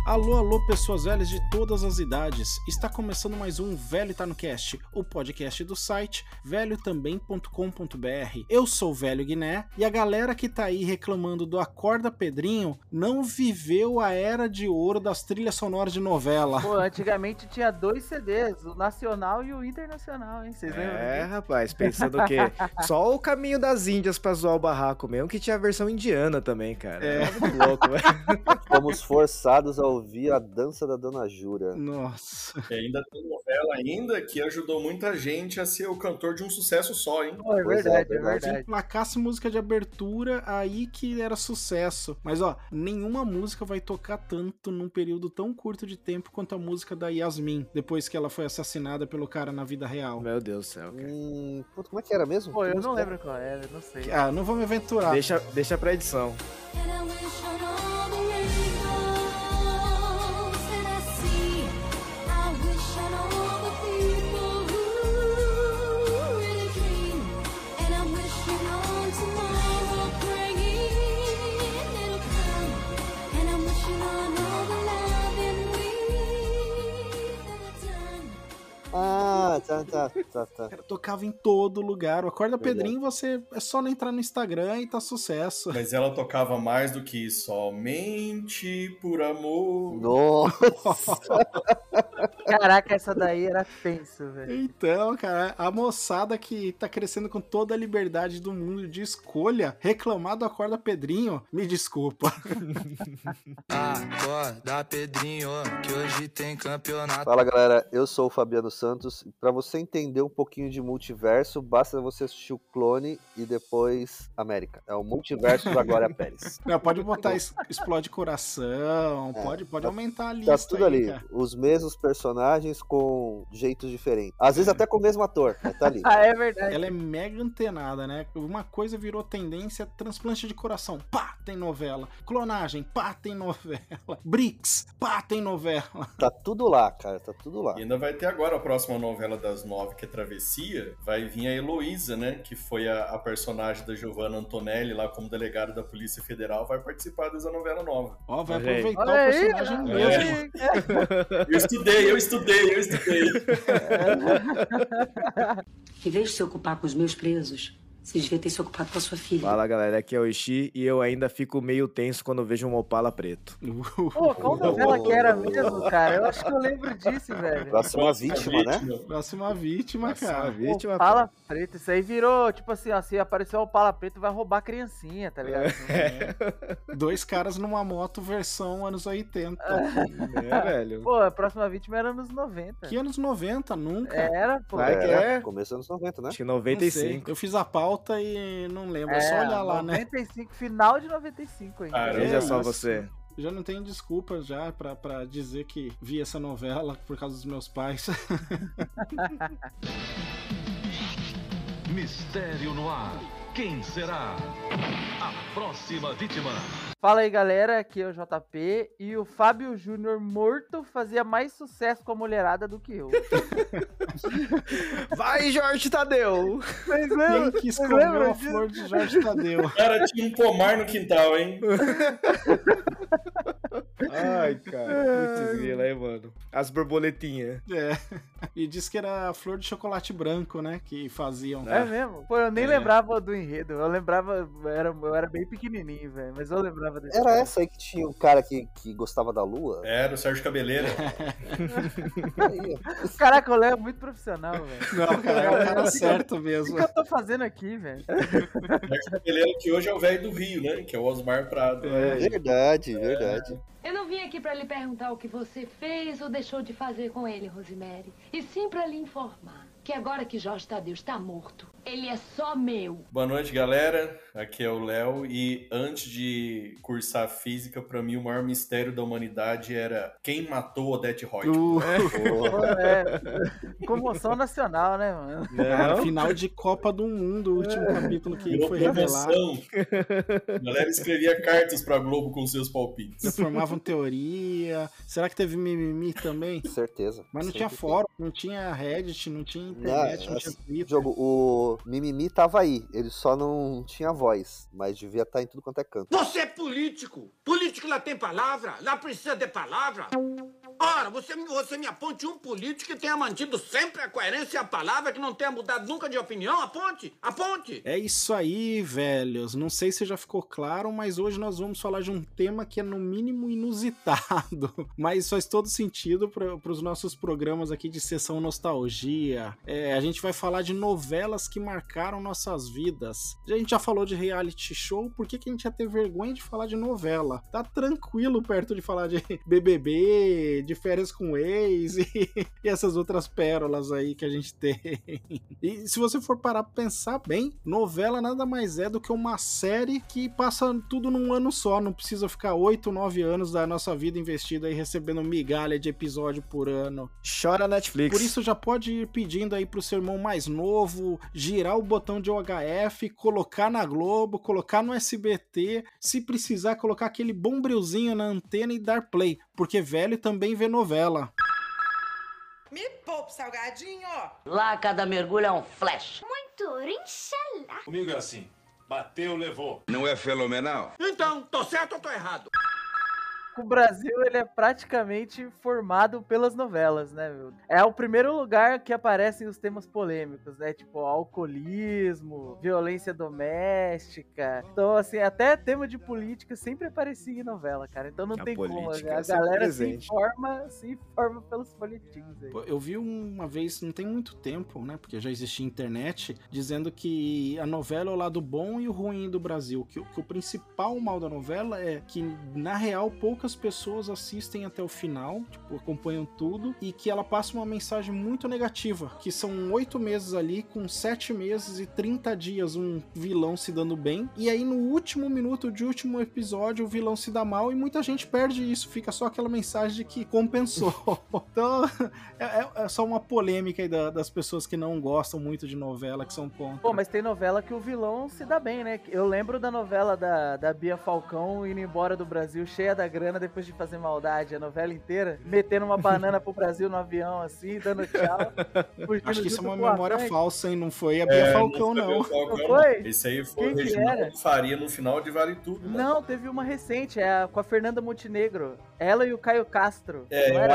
Alô, alô, pessoas velhas de todas as idades. Está começando mais um Velho Tá no Cast, o podcast do site velhotambém.com.br. Eu sou o Velho Guiné e a galera que tá aí reclamando do Acorda Pedrinho não viveu a era de ouro das trilhas sonoras de novela. Pô, antigamente tinha 2 CDs, o nacional e o internacional, hein? Vocês lembram? Rapaz, pensando o quê? Só o Caminho das Índias pra zoar o barraco mesmo, que tinha a versão indiana também, cara. É muito louco, velho. Fomos forçados a ouvir a dança da Dona Jura. Nossa. E ainda tem novela ainda que ajudou muita gente a ser o cantor de um sucesso só, hein? Pô, é Pois verdade, é, é verdade. Se emplacasse música de abertura, aí que era sucesso. Mas ó, nenhuma música vai tocar tanto num período tão curto de tempo quanto a música da Yasmin, depois que ela foi assassinada pelo cara na vida real. Meu Deus do céu, cara. Puta, como é que era mesmo? Pô, eu Que não música lembro qual era, não sei. Ah, não vou me aventurar. Deixa pra edição. Tá. Cara, tocava em todo lugar. O Acorda Verdade. Pedrinho, você é só não entrar no Instagram e tá sucesso. Mas ela tocava mais do que somente por amor. Nossa! Caraca, essa daí era tenso, velho. Então, cara, a moçada que tá crescendo com toda a liberdade do mundo de escolha, reclamar do Acorda Pedrinho, me desculpa. Acorda, Pedrinho, que hoje tem campeonato. Fala, galera, eu sou o Fabiano Santos. Pra você entender um pouquinho de multiverso, basta você assistir o Clone e depois América. É o multiverso da Glória Pérez. Não, pode botar Explode Coração, pode aumentar a lista. Tá tudo aí, ali, cara. os mesmos personagens com jeitos diferentes. Às vezes até com o mesmo ator, mas tá ali. Ah, é verdade. Ela é mega antenada, né? Uma coisa virou tendência, transplante de coração, pá, tem novela. Clonagem, pá, tem novela. BRICS, pá, tem novela. Tá tudo lá, cara, tá tudo lá. E ainda vai ter agora a próxima novela das 9, que é Travessia. Vai vir a Heloísa, né? Que foi a personagem da Giovanna Antonelli lá como delegada da Polícia Federal. Vai participar dessa novela nova. Ó, vai Olha aí. aproveitar Olha o aí, personagem olha mesmo. Eu estudei. Em vez de se ocupar com os meus presos, você devia ter se ocupado com a sua filha. Fala, galera, aqui é o Ishi e eu ainda fico meio tenso quando vejo um Opala preto. Pô, qual novela que era mesmo, cara? Eu acho que eu lembro disso, velho. Próxima vítima, né? Próxima vítima, Nossa, cara. uma vítima, Opala Preto, isso aí virou, tipo assim, ó, se apareceu o Opala Preto, vai roubar a criancinha, tá ligado? Dois caras numa moto versão anos 80. velho. Pô, a próxima vítima era nos 90. Que anos 90? Nunca. Era, pô. Vai que é. Começo dos anos 90, né? Acho que Não sei. 95. Eu fiz a pauta e não lembro. É só olhar lá, né? 95, final de 95 ainda. Caramba. Veja É só isso. você. Já não tenho desculpa já pra dizer que vi essa novela por causa dos meus pais. Mistério no ar. Quem será a próxima vítima? Fala aí, galera, aqui é o JP e o Fábio Júnior morto fazia mais sucesso com a mulherada do que eu. Vai, Jorge Tadeu! Vocês Quem lembram? que Vocês escolheu lembram a disso? flor de Jorge Tadeu? O cara tinha um pomar no quintal, hein? Ai, cara. Putz, grila aí, mano. As borboletinhas. É. E disse que era a flor de chocolate branco, né? Que faziam. É mesmo? Pô, eu nem lembrava do enredo. Eu lembrava, eu era bem pequenininho, velho, mas eu lembrava desse. Era essa aí que tinha um cara que gostava da lua? Era o Sérgio Cabeleira. Aí, ó. Caraca, o Léo é muito profissional, velho. Não, cara, é o cara certo O mesmo. que eu tô fazendo aqui, velho? Sérgio Cabeleira que hoje é o velho do Rio, né? Que é o Osmar Prado. Verdade. Eu não vim aqui para lhe perguntar o que você fez ou deixou de fazer com ele, Rosemary. E sim para lhe informar que agora que Jorge Tadeu está morto, ele é só meu. Boa noite, galera. Aqui é o Léo. E antes de cursar física, pra mim o maior mistério da humanidade era quem matou Odete Reutemann. Pô, comoção nacional, né, mano? Cara, final de Copa do Mundo, o último capítulo que Virou foi revelado. promoção. A galera escrevia cartas pra Globo com seus palpites. Já formavam teoria. Será que teve mimimi também? Certeza. Mas não Sempre tinha tem. fórum Não tinha Reddit, não tinha internet, não tinha Twitter. Jogo, o Mimimi tava aí, ele só não tinha voz, mas devia estar em tudo quanto é canto. Você é político! Político lá tem palavra, lá precisa de palavra. Ora, você me aponte um político que tenha mantido sempre a coerência e a palavra, que não tenha mudado nunca de opinião. Aponte! É isso aí, velhos. Não sei se já ficou claro, mas hoje nós vamos falar de um tema que é no mínimo inusitado, mas faz todo sentido para os nossos programas aqui de sessão nostalgia. A gente vai falar de novelas que marcaram nossas vidas. A gente já falou de reality show, por que a gente ia ter vergonha de falar de novela? Tá tranquilo perto de falar de BBB, de Férias com Ex e essas outras pérolas aí que a gente tem. E se você for parar pra pensar bem, novela nada mais é do que uma série que passa tudo num ano só, não precisa ficar 8, 9 anos da nossa vida investida aí recebendo migalha de episódio por ano. Chora Netflix. Por isso já pode ir pedindo aí pro seu irmão mais novo, girar o botão de UHF, colocar na Globo, colocar no SBT, se precisar colocar aquele bombrilzinho na antena e dar play, porque velho também vê novela. Me poupe, salgadinho! Lá cada mergulho é um flash. Muito inxalá. Comigo é assim, bateu, levou. Não é fenomenal? Então, tô certo ou tô errado? O Brasil, ele é praticamente formado pelas novelas, né, meu? É o primeiro lugar que aparecem os temas polêmicos, né? Tipo, alcoolismo, violência doméstica. Então, assim, até tema de política sempre aparecia em novela, cara. Então não tem como. A galera se informa pelos folhetins aí. Eu vi uma vez, não tem muito tempo, né? Porque já existia internet, dizendo que a novela é o lado bom e o ruim do Brasil. Que o principal mal da novela é que, na real, poucas pessoas assistem até o final, tipo, acompanham tudo, e que ela passa uma mensagem muito negativa, que são 8 meses ali, com 7 meses e 30 dias um vilão se dando bem, e aí no último minuto de último episódio o vilão se dá mal e muita gente perde isso, fica só aquela mensagem de que compensou. Então é só uma polêmica aí das pessoas que não gostam muito de novela, que são contra. Pô, mas tem novela que o vilão se dá bem, né? Eu lembro da novela da Bia Falcão indo embora do Brasil cheia da grana depois de fazer maldade, a novela inteira, metendo uma banana pro Brasil no avião, assim, dando tchau. Acho que isso é uma memória falsa, hein? Não foi a Bia Falcão, não. Não foi? Esse aí foi o Reginaldo Faria no final de Vale Tudo. Né? Não, teve uma recente, com a Fernanda Montenegro. Ela e o Caio Castro.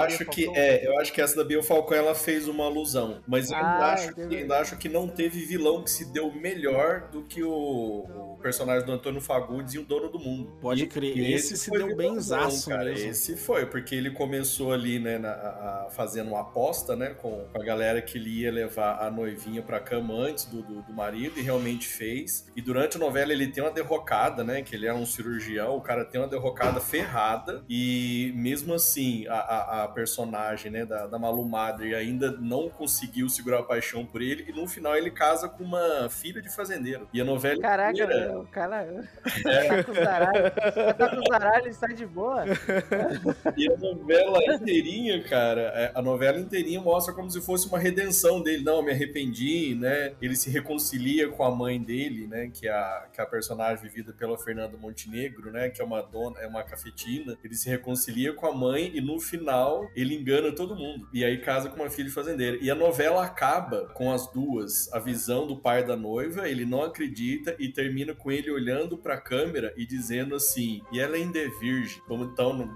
Eu acho que essa da Bia Falcão ela fez uma alusão. Mas eu ainda acho que não teve vilão que se deu melhor do que o personagem do Antônio Fagundes e o Dono do Mundo. Pode crer, esse se deu bem zaço. Cara, mesmo. Esse foi, porque ele começou ali, né, fazendo uma aposta, né, com a galera que ele ia levar a noivinha pra cama antes do marido, e realmente fez. E durante a novela ele tem uma derrocada, né, que ele é um cirurgião, o cara tem uma derrocada ferrada, e mesmo assim, a personagem, né, da Malu Madre ainda não conseguiu segurar a paixão por ele, e no final ele casa com uma filha de fazendeiro. E a novela Caraca, inteira... o cara tá com o zaralho e sai de boa. E a novela inteirinha, cara, a novela inteirinha mostra como se fosse uma redenção dele. Não, eu me arrependi, né? Ele se reconcilia com a mãe dele, né? Que é a personagem vivida pela Fernanda Montenegro, né? Que é uma dona, é uma cafetina. Ele se reconcilia com a mãe e no final ele engana todo mundo. E aí casa com uma filha de fazendeiro. E a novela acaba com as duas, a visão do pai da noiva, ele não acredita e termina com ele olhando pra câmera e dizendo assim, e ela ainda é virgem. Como então não...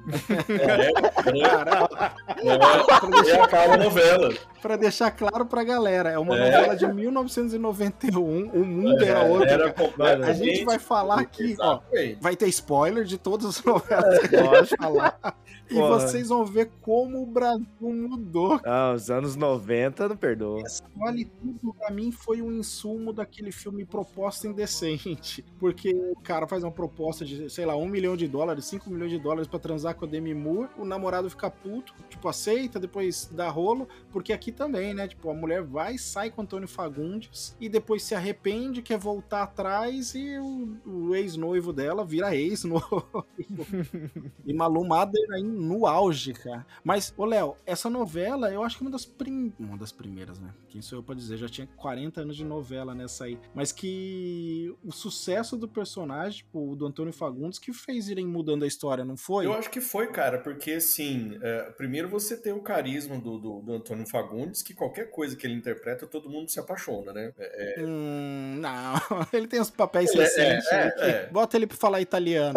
acaba a novela. Pra deixar claro pra galera, é uma novela de 1991, o mundo era outro. A gente vai falar aqui, ó, vai ter spoiler de todas as novelas que a gente vai falar. E vocês vão ver como o Brasil mudou. Os anos 90 não perdoa. Essa Vale Tudo, pra mim, foi um insumo daquele filme Proposta Indecente. Porque o cara faz uma proposta de, sei lá, $1 milhão, $5 milhões pra transar com a Demi Moore, o namorado fica puto, tipo, aceita, depois dá rolo, porque aqui também, né, tipo, a mulher vai, sai com o Antônio Fagundes, e depois se arrepende, quer voltar atrás, e o ex-noivo dela vira ex-noivo. E Malu Madre ainda no auge, cara. Mas, ô Léo, essa novela, eu acho que uma das primeiras, né? Quem sou eu pra dizer? Já tinha 40 anos de novela nessa aí. Mas que o sucesso do personagem, tipo, do Antônio Fagundes, que fez irem mudando a história, não foi? Eu acho que foi, cara, porque, assim, primeiro você tem o carisma do Antônio Fagundes, Fagundes que qualquer coisa que ele interpreta, todo mundo se apaixona, né? Não, ele tem uns papéis recentes. Bota ele pra falar italiano.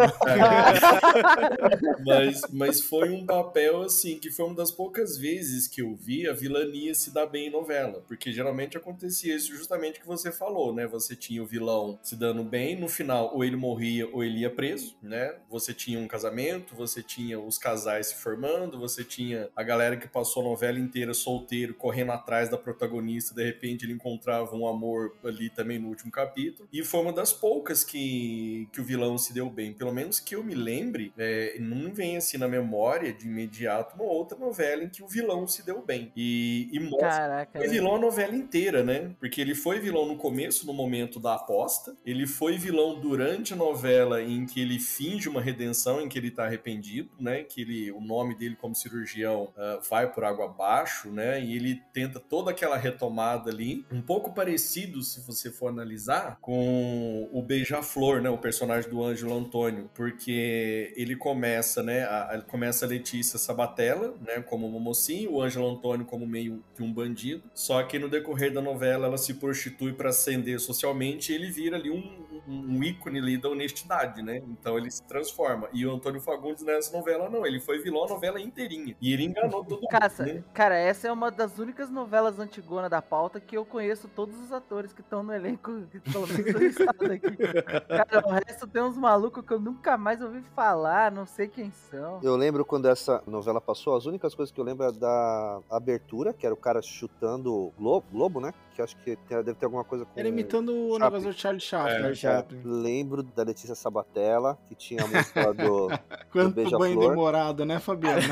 Mas foi um papel, assim, que foi uma das poucas vezes que eu vi a vilania se dar bem em novela. Porque geralmente acontecia isso justamente que você falou, né? Você tinha o vilão se dando bem, no final ou ele morria ou ele ia preso, né? Você tinha um casamento, você tinha os casais se formando, você tinha a galera que passou a novela inteira solteiro, correndo atrás da protagonista, de repente ele encontrava um amor ali também no último capítulo. E foi uma das poucas que o vilão se deu bem. Pelo menos que eu me lembre, não vem assim na memória de imediato uma outra novela em que o vilão se deu bem. E mostra que foi vilão a novela inteira, né? Porque ele foi vilão no começo, no momento da aposta. Ele foi vilão durante a novela em que ele finge uma redenção, em que ele tá arrependido, né? Que o nome dele como cirurgião vai por água abaixo, né? E ele tenta toda aquela retomada ali, um pouco parecido, se você for analisar, com o Beija-Flor, né? O personagem do Ângelo Antônio, porque ele começa, né? Começa a Letícia Sabatella, né? Como uma mocinha, o Ângelo Antônio como meio que um bandido, só que no decorrer da novela ela se prostitui para ascender socialmente e ele vira ali um ícone ali da honestidade, né? Então ele se transforma. E o Antônio Fagundes nessa novela não, ele foi vilão a novela inteirinha. E ele enganou todo mundo. Né? Cara, essa é uma das únicas novelas antigona da pauta que eu conheço todos os atores que estão no elenco, que pelo menos eu estado aqui. Cara, o resto tem uns malucos que eu nunca mais ouvi falar, não sei quem são. Eu lembro quando essa novela passou, as únicas coisas que eu lembro é da abertura, que era o cara chutando Globo, né? Que acho que deve ter alguma coisa com... Ele imitando o negócio do Charlie Chaplin. Lembro da Letícia Sabatella, que tinha a música do Quanto Beija-Flor. banho demorado, né, Fabiano?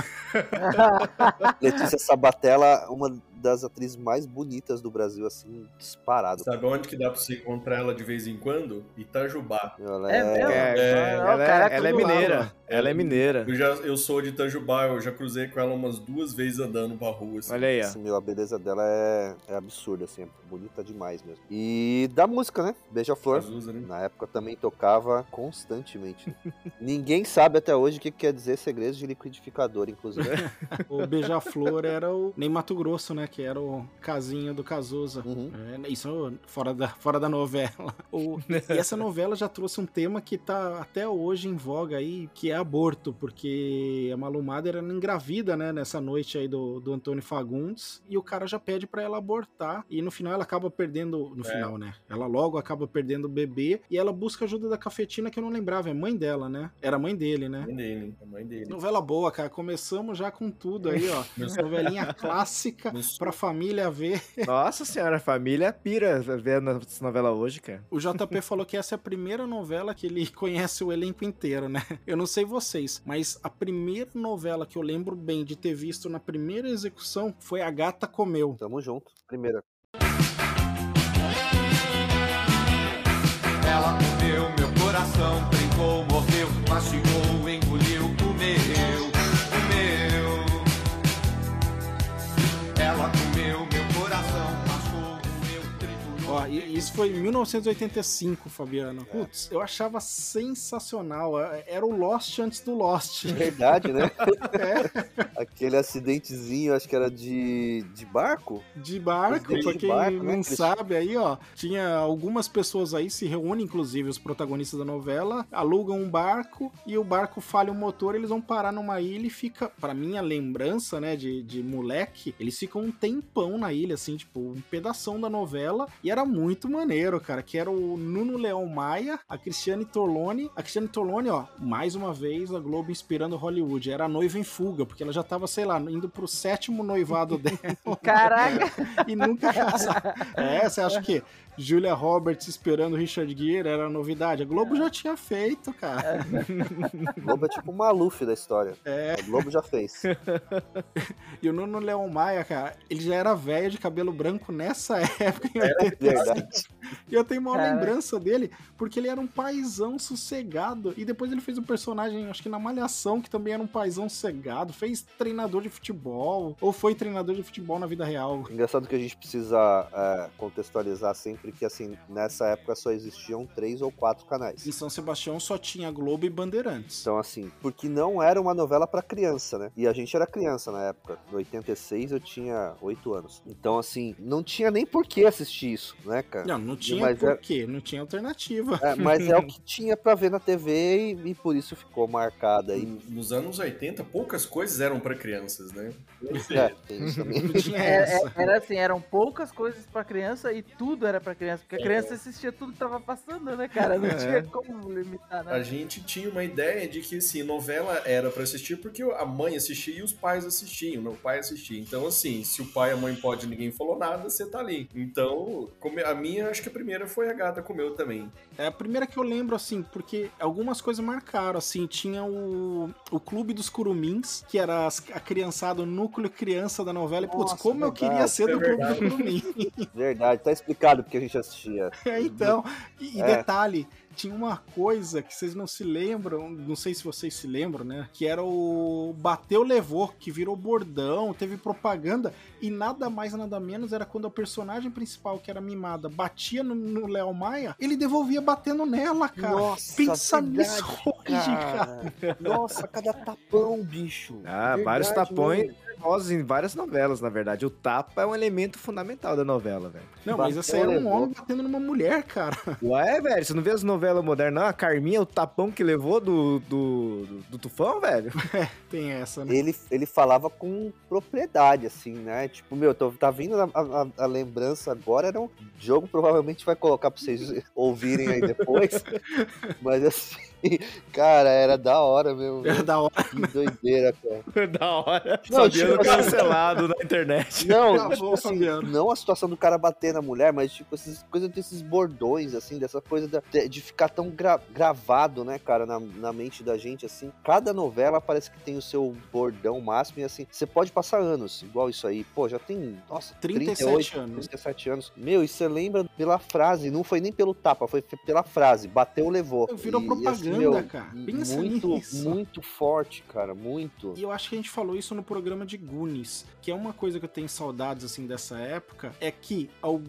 Letícia Sabatella, uma das atrizes mais bonitas do Brasil, assim, disparado. Sabe onde que dá pra você encontrar ela de vez em quando? Itajubá. Ela é mineira. Ela é mineira. Eu sou de Itajubá, eu já cruzei com ela umas 2 vezes andando pra rua. Assim. Olha aí, ó. Assim, a beleza dela é absurda, assim, é bonita demais mesmo. E da música, né? Beija-Flor. Né? Na época também tocava constantemente. Ninguém sabe até hoje o que quer dizer segredos de liquidificador, inclusive. O Beija-Flor era o Ney Mato Grosso, né? Que era o casinho do Cazuza. Isso fora da novela. E essa novela já trouxe um tema que tá até hoje em voga aí, que é aborto, porque a Malu Mader era engravida, né? Nessa noite aí do Antônio Fagundes, e o cara já pede pra ela abortar, e no final ela acaba perdendo, final, né? Ela logo acaba perdendo o bebê, e ela busca ajuda da Cafetina, que eu não lembrava, é mãe dela, né? Era mãe dele, né? Mãe dele. Novela boa, cara, começamos já com tudo aí, ó. Novelinha clássica pra família ver. Nossa senhora, a família pira vendo essa novela hoje, cara. O JP falou que essa é a primeira novela que ele conhece o elenco inteiro, né? Eu não sei vocês, mas a primeira novela que eu lembro bem de ter visto na primeira execução foi A Gata Comeu. Tamo junto, primeira. Ela comeu meu coração, brincou, mordeu, mastigou, engoliu, comeu. Ela comeu meu coração, mascou, comeu, triturou. Ó, isso foi em 1985, Fabiano. Putz, eu achava sensacional. Era o Lost antes do Lost. Verdade, né? Aquele acidentezinho, acho que era de barco? De barco, pra quem não sabe aí, ó. Tinha algumas pessoas aí, se reúnem, inclusive os protagonistas da novela, alugam um barco e o barco falha o motor, eles vão parar numa ilha e fica, pra minha lembrança, né, de moleque, eles ficam um tempão na ilha, assim, tipo, um pedação da novela, e era muito maneiro, cara, que era o Nuno Leão Maia, a Cristiane Torlone. A Cristiane Torlone, ó, mais uma vez a Globo inspirando Hollywood, era a noiva em fuga, porque ela já tava, sei lá, indo pro 7º noivado dela. Caraca! E nunca casar. Você acha que Julia Roberts esperando Richard Gere era novidade? A Globo já tinha feito, cara. A Globo é tipo o Maluf da história. A Globo já fez. E o Nuno Leão Maia, cara, ele já era velho de cabelo branco nessa época. Verdade. E eu tenho uma lembrança dele, porque ele era um paizão sossegado. E depois ele fez um personagem, acho que na Malhação, que também era um paizão sossegado. Fez treinador de futebol, ou foi treinador de futebol na vida real. Engraçado que a gente precisa contextualizar sempre que, assim, nessa época só existiam 3 ou 4 canais. Em São Sebastião só tinha Globo e Bandeirantes. Então, assim, porque não era uma novela pra criança, né? E a gente era criança na época. Em 86 eu tinha 8 anos. Então, assim, não tinha nem por que assistir isso, né, cara? Não tinha por quê, não tinha alternativa. Mas é o que tinha pra ver na TV e por isso ficou marcada aí. Nos anos 80, poucas coisas eram pra crianças, né? Tem isso também. Era assim, eram poucas coisas pra criança e tudo era pra criança, porque a criança assistia tudo que tava passando, né, cara? Não tinha como limitar nada. A gente tinha uma ideia de que, assim, novela era pra assistir porque a mãe assistia e os pais assistiam, né? O pai assistia. Então, assim, se o pai e a mãe pode e ninguém falou nada, você tá ali. Então, a minha, acho que a primeira foi A Gata Comeu também. É a primeira que eu lembro, assim, porque algumas coisas marcaram, assim, tinha o Clube dos Curumins, que era a criançada, o núcleo criança da novela, e putz, como eu queria ser do Clube do Curumim. Verdade, tá explicado porque a gente assistia. Então, e detalhe, tinha uma coisa que vocês não se lembram, não sei se vocês se lembram, né? Que era o Bateu, Levou, que virou bordão, teve propaganda, e nada mais, nada menos era quando a personagem principal, que era mimada, batia no Léo Maia, ele devolvia batendo nela, cara. Nossa, pensa verdade, nisso hoje, cara. Nossa, cada tapão, bicho. Verdade, vários tapões em várias novelas, na verdade. O tapa é um elemento fundamental da novela, velho. Não, mas essa era um homem batendo numa mulher, cara. Ué, velho, você não vê as novelas modernas, não? A Carminha, o tapão que levou do Tufão, velho? Tem essa, né? Ele falava com propriedade, assim, né? Tipo, tá vindo a lembrança agora, era um jogo, provavelmente vai colocar pra vocês ouvirem aí depois. Mas assim, cara, era da hora mesmo. Era da hora. Que doideira, cara. Da hora. Não, tipo, cancelado na internet. Não, tipo assim, não a situação do cara bater na mulher, mas tipo, essas coisas desses bordões, assim, dessa coisa de ficar tão gravado, né, cara, na mente da gente, assim. Cada novela parece que tem o seu bordão máximo e assim, você pode passar anos, igual isso aí. Pô, já tem, nossa, 37 anos. Meu, e você lembra pela frase, não foi nem pelo tapa, foi pela frase, bateu, levou. Virou propaganda, cara. Pensa nisso. Muito forte, cara, muito. E eu acho que a gente falou isso no programa de Goonies, que é uma coisa que eu tenho saudades, assim, dessa época, é que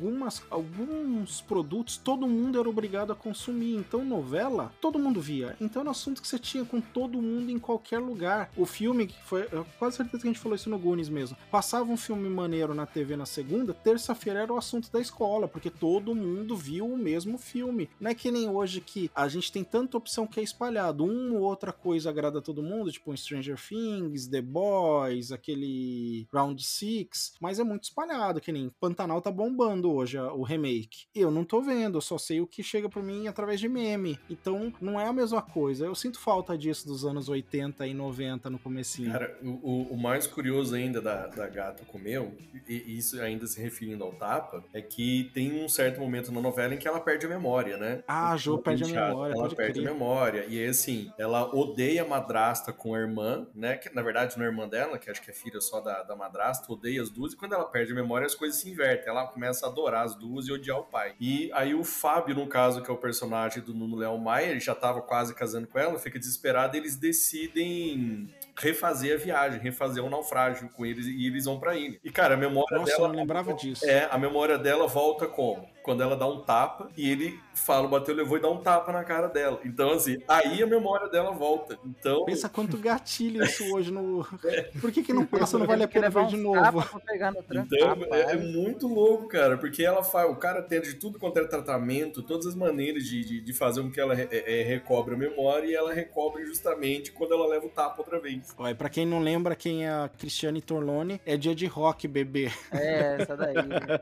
alguns produtos todo mundo era obrigado a consumir. Então, novela, todo mundo via. Então, era um assunto que você tinha com todo mundo em qualquer lugar. O filme, que foi, eu quase certeza que a gente falou isso no Goonies mesmo, passava um filme maneiro na TV na segunda, terça-feira era o assunto da escola, porque todo mundo viu o mesmo filme. Não é que nem hoje que a gente tem tanta opção que é espalhado. Uma ou outra coisa agrada a todo mundo, tipo um Stranger Things, The Boys, aquele Round 6, mas é muito espalhado, que nem Pantanal tá bombando hoje, o remake. Eu não tô vendo, eu só sei o que chega pra mim através de meme. Então, não é a mesma coisa. Eu sinto falta disso dos anos 80 e 90 no comecinho. Cara, o mais curioso ainda da Gata Comeu, e isso ainda se referindo ao tapa, é que tem um certo momento na novela em que ela perde a memória, né? Ah, a Jo perde a memória, ela perde a memória. E aí, assim, ela odeia a madrasta com a irmã, né? Que na verdade não é irmã dela, que acho que é filha só da madrasta, odeia as duas, e quando ela perde a memória, as coisas se invertem. Ela começa a adorar as duas e odiar o pai. E aí o Fábio, no caso, que é o personagem do Nuno Léo Maia, ele já tava quase casando com ela, fica desesperado, e eles decidem refazer a viagem, refazer o naufrágio com eles, e eles vão pra ilha. E, cara, a memória dela... Nossa, eu não lembrava disso. A memória dela volta como? Quando ela dá um tapa, e ele fala, bateu, levou e dá um tapa na cara dela. Então, assim, aí a memória dela volta. Então... Pensa quanto gatilho isso hoje no... Por que não passa, não vale a pena ver de novo? Então, é muito louco, cara, porque ela faz, o cara tenta de tudo quanto é tratamento, todas as maneiras de fazer com que ela recobre a memória, e ela recobre justamente quando ela leva o tapa outra vez. Olha, pra quem não lembra quem é a Cristiane Torlone, é dia de rock, bebê. É, essa daí.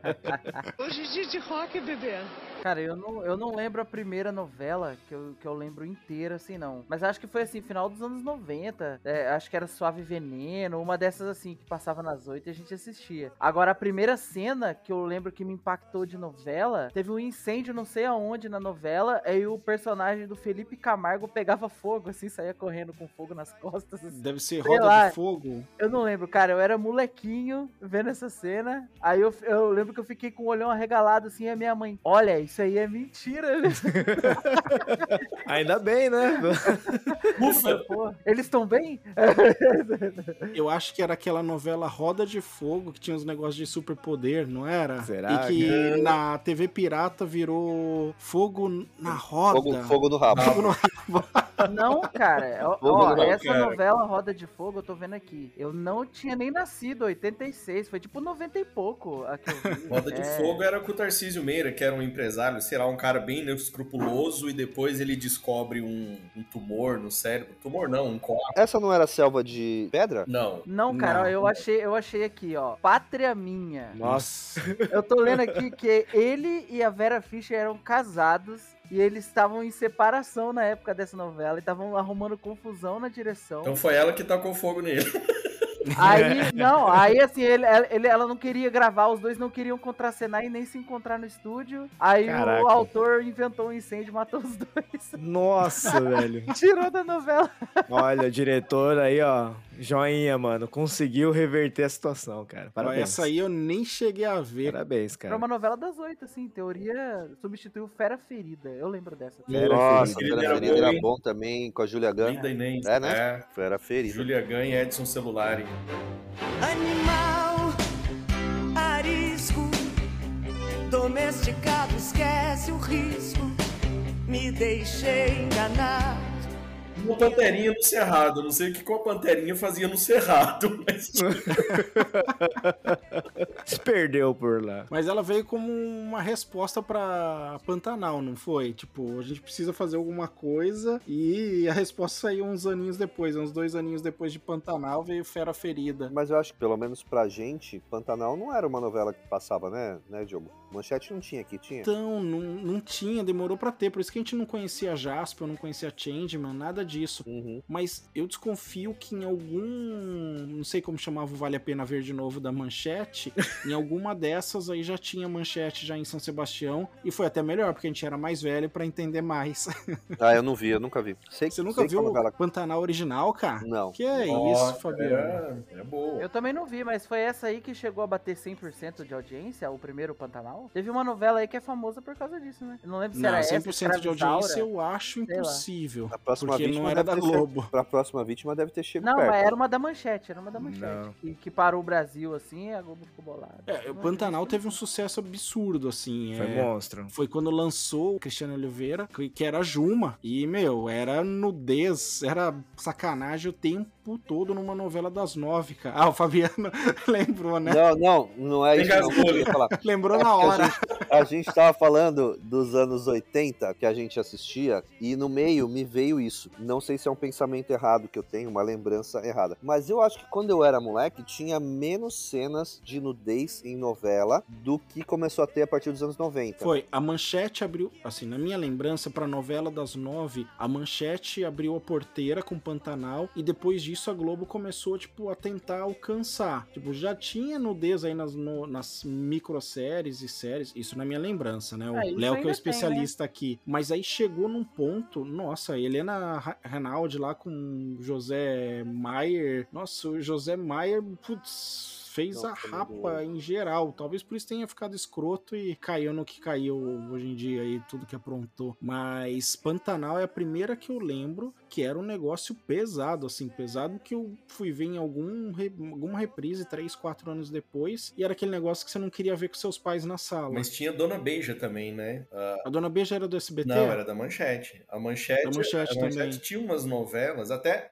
Hoje é dia de rock, bebê. Cara, eu não lembro a primeira novela que eu lembro inteira, assim, não. Mas acho que foi, assim, final dos anos 90. Acho que era Suave Veneno, uma dessas, assim, que passava nas 8 e a gente assistia. Agora, a primeira cena que eu lembro que me impactou de novela, teve um incêndio não sei aonde na novela, aí o personagem do Felipe Camargo pegava fogo, assim, saía correndo com fogo nas costas. Assim. Deve ser Roda de Fogo. Eu não lembro, cara, eu era molequinho vendo essa cena, aí eu lembro que eu fiquei com o olhão arregalado, assim, a minha mãe, olha, isso aí é mentira. Ainda bem, né? Ufa. Pô, eles estão bem? Eu acho que era aquela novela Roda de Fogo, que tinha uns negócios de superpoder, não era? Será? E que na TV pirata virou Fogo na Roda. Fogo no rabo. Fogo no rabo. Não, cara. Ó, essa novela Roda de Fogo, eu tô vendo aqui. Eu não tinha nem nascido, 86. Foi tipo 90 e pouco a que eu vi. Roda de Fogo era com o Tarcísio Meira, que era um empresário, sei lá, um cara bem escrupuloso, e depois ele descobre um tumor no cérebro. Tumor não, um copo. Essa não era Selva de Pedra? Não. Não, cara, eu achei aqui, ó. Pátria Minha. Nossa. Eu tô lendo aqui que ele e a Vera Fischer eram casados e eles estavam em separação na época dessa novela e estavam arrumando confusão na direção. Então foi ela que tacou fogo nele. Aí assim, ela não queria gravar, os dois não queriam contracenar e nem se encontrar no estúdio. Aí Caraca. O autor inventou um incêndio e matou os dois. Nossa, velho. Tirou da novela. Olha, o diretor aí, ó, joinha, mano, conseguiu reverter a situação, cara. Parabéns. Essa aí eu nem cheguei a ver. Parabéns, cara. Era uma novela das 8, assim, em teoria substituiu Fera Ferida. Eu lembro dessa. Nossa, Fera Ferida era bom também, com a Júlia Gunn. É, né? Fera Ferida. Júlia Gunn e Edson Celulari. Animal, arisco, domesticado, esquece o risco, me deixei enganar. Uma panterinha no Cerrado, não sei o que a panterinha fazia no Cerrado, mas... Se perdeu por lá. Mas ela veio como uma resposta pra Pantanal, não foi? Tipo, a gente precisa fazer alguma coisa e a resposta saiu uns aninhos depois, uns 2 aninhos depois de Pantanal veio Fera Ferida. Mas eu acho que pelo menos pra gente, Pantanal não era uma novela que passava, né, Diogo? Manchete não tinha aqui, tinha? Então, não tinha, demorou pra ter, por isso que a gente não conhecia Jasper, não conhecia Changeman, nada disso. Mas eu desconfio que em algum, não sei como chamava o Vale a Pena Ver de Novo da Manchete, em alguma dessas aí já tinha Manchete já em São Sebastião, e foi até melhor, porque a gente era mais velho pra entender mais. Ah, eu não vi, eu nunca vi. Você nunca viu o Pantanal original, cara? Não. Que é isso, Fabiano? É boa. Eu também não vi, mas foi essa aí que chegou a bater 100% de audiência, o primeiro Pantanal. Teve uma novela aí que é famosa por causa disso, né? Eu não lembro se era essa, 100% de audiência eu acho impossível. A próxima porque vítima não era da Globo. Pra próxima vítima deve ter chegado Não, perto. mas era uma da Manchete, que parou o Brasil, assim, e a Globo ficou bolada. O Pantanal teve um sucesso absurdo, assim. Foi monstro. Foi quando lançou o Cristiano Oliveira, que era Juma. E, era nudez, era sacanagem o tempo todo numa novela das 9, cara. Ah, o Fabiano lembrou, né? Não é isso não que eu ia falar. Lembrou na hora. A gente tava falando dos anos 80 que a gente assistia e no meio me veio isso. Não sei se é um pensamento errado que eu tenho, uma lembrança errada. Mas eu acho que quando eu era moleque tinha menos cenas de nudez em novela do que começou a ter a partir dos anos 90. Foi, a Manchete abriu, assim, na minha lembrança, pra novela das 9, a Manchete abriu a porteira com Pantanal e depois disso a Globo começou, a tentar alcançar. Já tinha nudez aí nas microséries e séries, isso na minha lembrança, né? O Léo que é o especialista aqui. Mas aí chegou num ponto, nossa, Helena Reinaldi lá com José Maier. Nossa, o José Maier, fez a rapa em geral. Talvez por isso tenha ficado escroto e caiu no que caiu hoje em dia aí, tudo que aprontou. Mas Pantanal é a primeira que eu lembro que era um negócio pesado, assim, pesado que eu fui ver em alguma reprise 3, 4 anos depois, e era aquele negócio que você não queria ver com seus pais na sala. Mas tinha Dona Beija também, né? A Dona Beija era do SBT? Não, era da Manchete. A Manchete também tinha umas novelas, até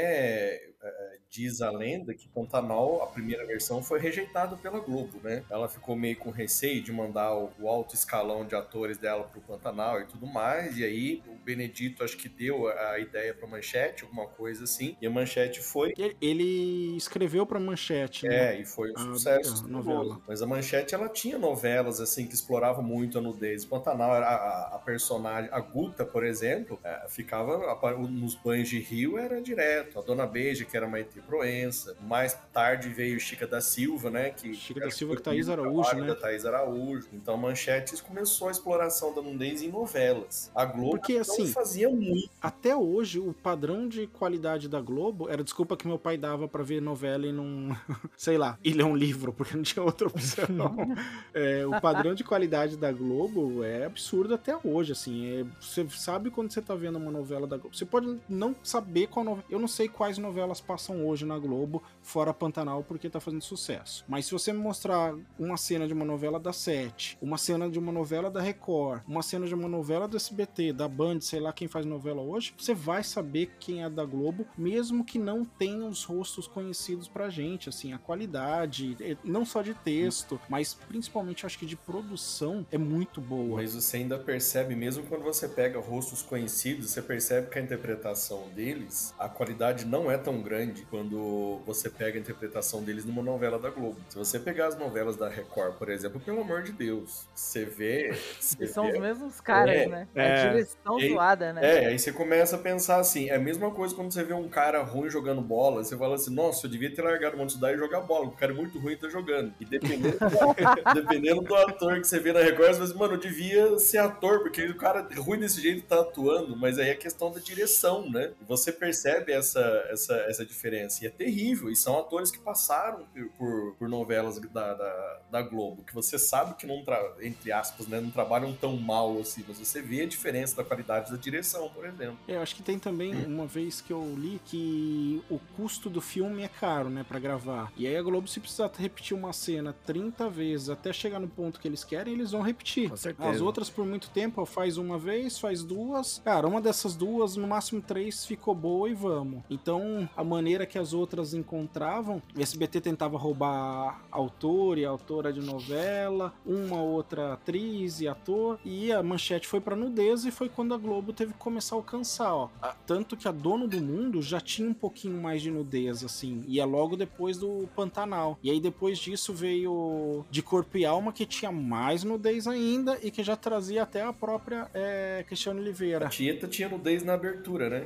diz a lenda que Pantanal, a primeira versão, foi rejeitada pela Globo, né? Ela ficou meio com receio de mandar o alto escalão de atores dela pro Pantanal e tudo mais, e aí o Benedito acho que deu a ideia pra Manchete, alguma coisa assim, e a Manchete foi... Ele escreveu pra Manchete, né? E foi um sucesso novela. Mas a Manchete, ela tinha novelas, assim, que exploravam muito a nudez. Pantanal, a personagem, a Guta, por exemplo, ficava nos banhos de rio, era direto. A Dona Beija, que era uma Henrique Proença. Mais tarde veio Chica da Silva, né? Chica da Silva com Thaís Araújo, né? Da Thaís Araújo. Então a Manchete começou a exploração da nudez em novelas. A Globo porque, assim, não fazia muito. Até hoje, o padrão de qualidade da Globo era desculpa que meu pai dava pra ver novela e não, sei lá, e ler um livro, porque não tinha outra opção. O padrão de qualidade da Globo é absurdo até hoje, assim. Você sabe quando você tá vendo uma novela da Globo. Você pode não saber qual novela. Eu não sei quais novelas passam hoje na Globo, fora Pantanal, porque tá fazendo sucesso. Mas se você me mostrar uma cena de uma novela da 7, uma cena de uma novela da Record, uma cena de uma novela do SBT, da Band, sei lá quem faz novela hoje, você vai saber quem é da Globo, mesmo que não tenha os rostos conhecidos pra gente, assim, a qualidade, não só de texto, mas principalmente acho que de produção é muito boa. Mas você ainda percebe, mesmo quando você pega rostos conhecidos, você percebe que a interpretação deles, a qualidade não é tão grande quando você pega a interpretação deles numa novela da Globo. Se você pegar as novelas da Record, por exemplo, pelo amor de Deus, você vê... São os mesmos caras, né? A direção zoada, né? Aí você começa a pensar assim, é a mesma coisa quando você vê um cara ruim jogando bola, você fala assim, nossa, eu devia ter largado o monte estudar e jogar bola, o cara é muito ruim e tá jogando. E dependendo do ator que você vê na Record, você fala assim, mano, eu devia ser ator, porque o cara ruim desse jeito tá atuando, mas aí é questão da direção, né? E você percebe essa diferença, e é terrível, e são atores que passaram por novelas da Globo, que você sabe que não, entre aspas, né, não trabalham tão mal assim, mas você vê a diferença da qualidade da direção, por exemplo. Eu acho que tem também, uma vez que eu li, que o custo do filme é caro, né, pra gravar. E aí a Globo, se precisar repetir uma cena 30 vezes até chegar no ponto que eles querem, eles vão repetir. Com certeza. As outras, por muito tempo, faz uma vez, faz duas. Cara, uma dessas duas, no máximo 3, ficou boa e vamos. Então, a maneira que as outras encontravam, o SBT tentava roubar autor e autora de novela, uma outra atriz e ator, e a Manchete foi pra nudez, e foi quando a Globo teve que começar a alcançar, ó. Tanto que a Dono do Mundo já tinha um pouquinho mais de nudez, assim, e é logo depois do Pantanal. E aí depois disso veio De Corpo e Alma, que tinha mais nudez ainda, e que já trazia até a própria Cristiane Oliveira. A Tieta tinha nudez na abertura, né?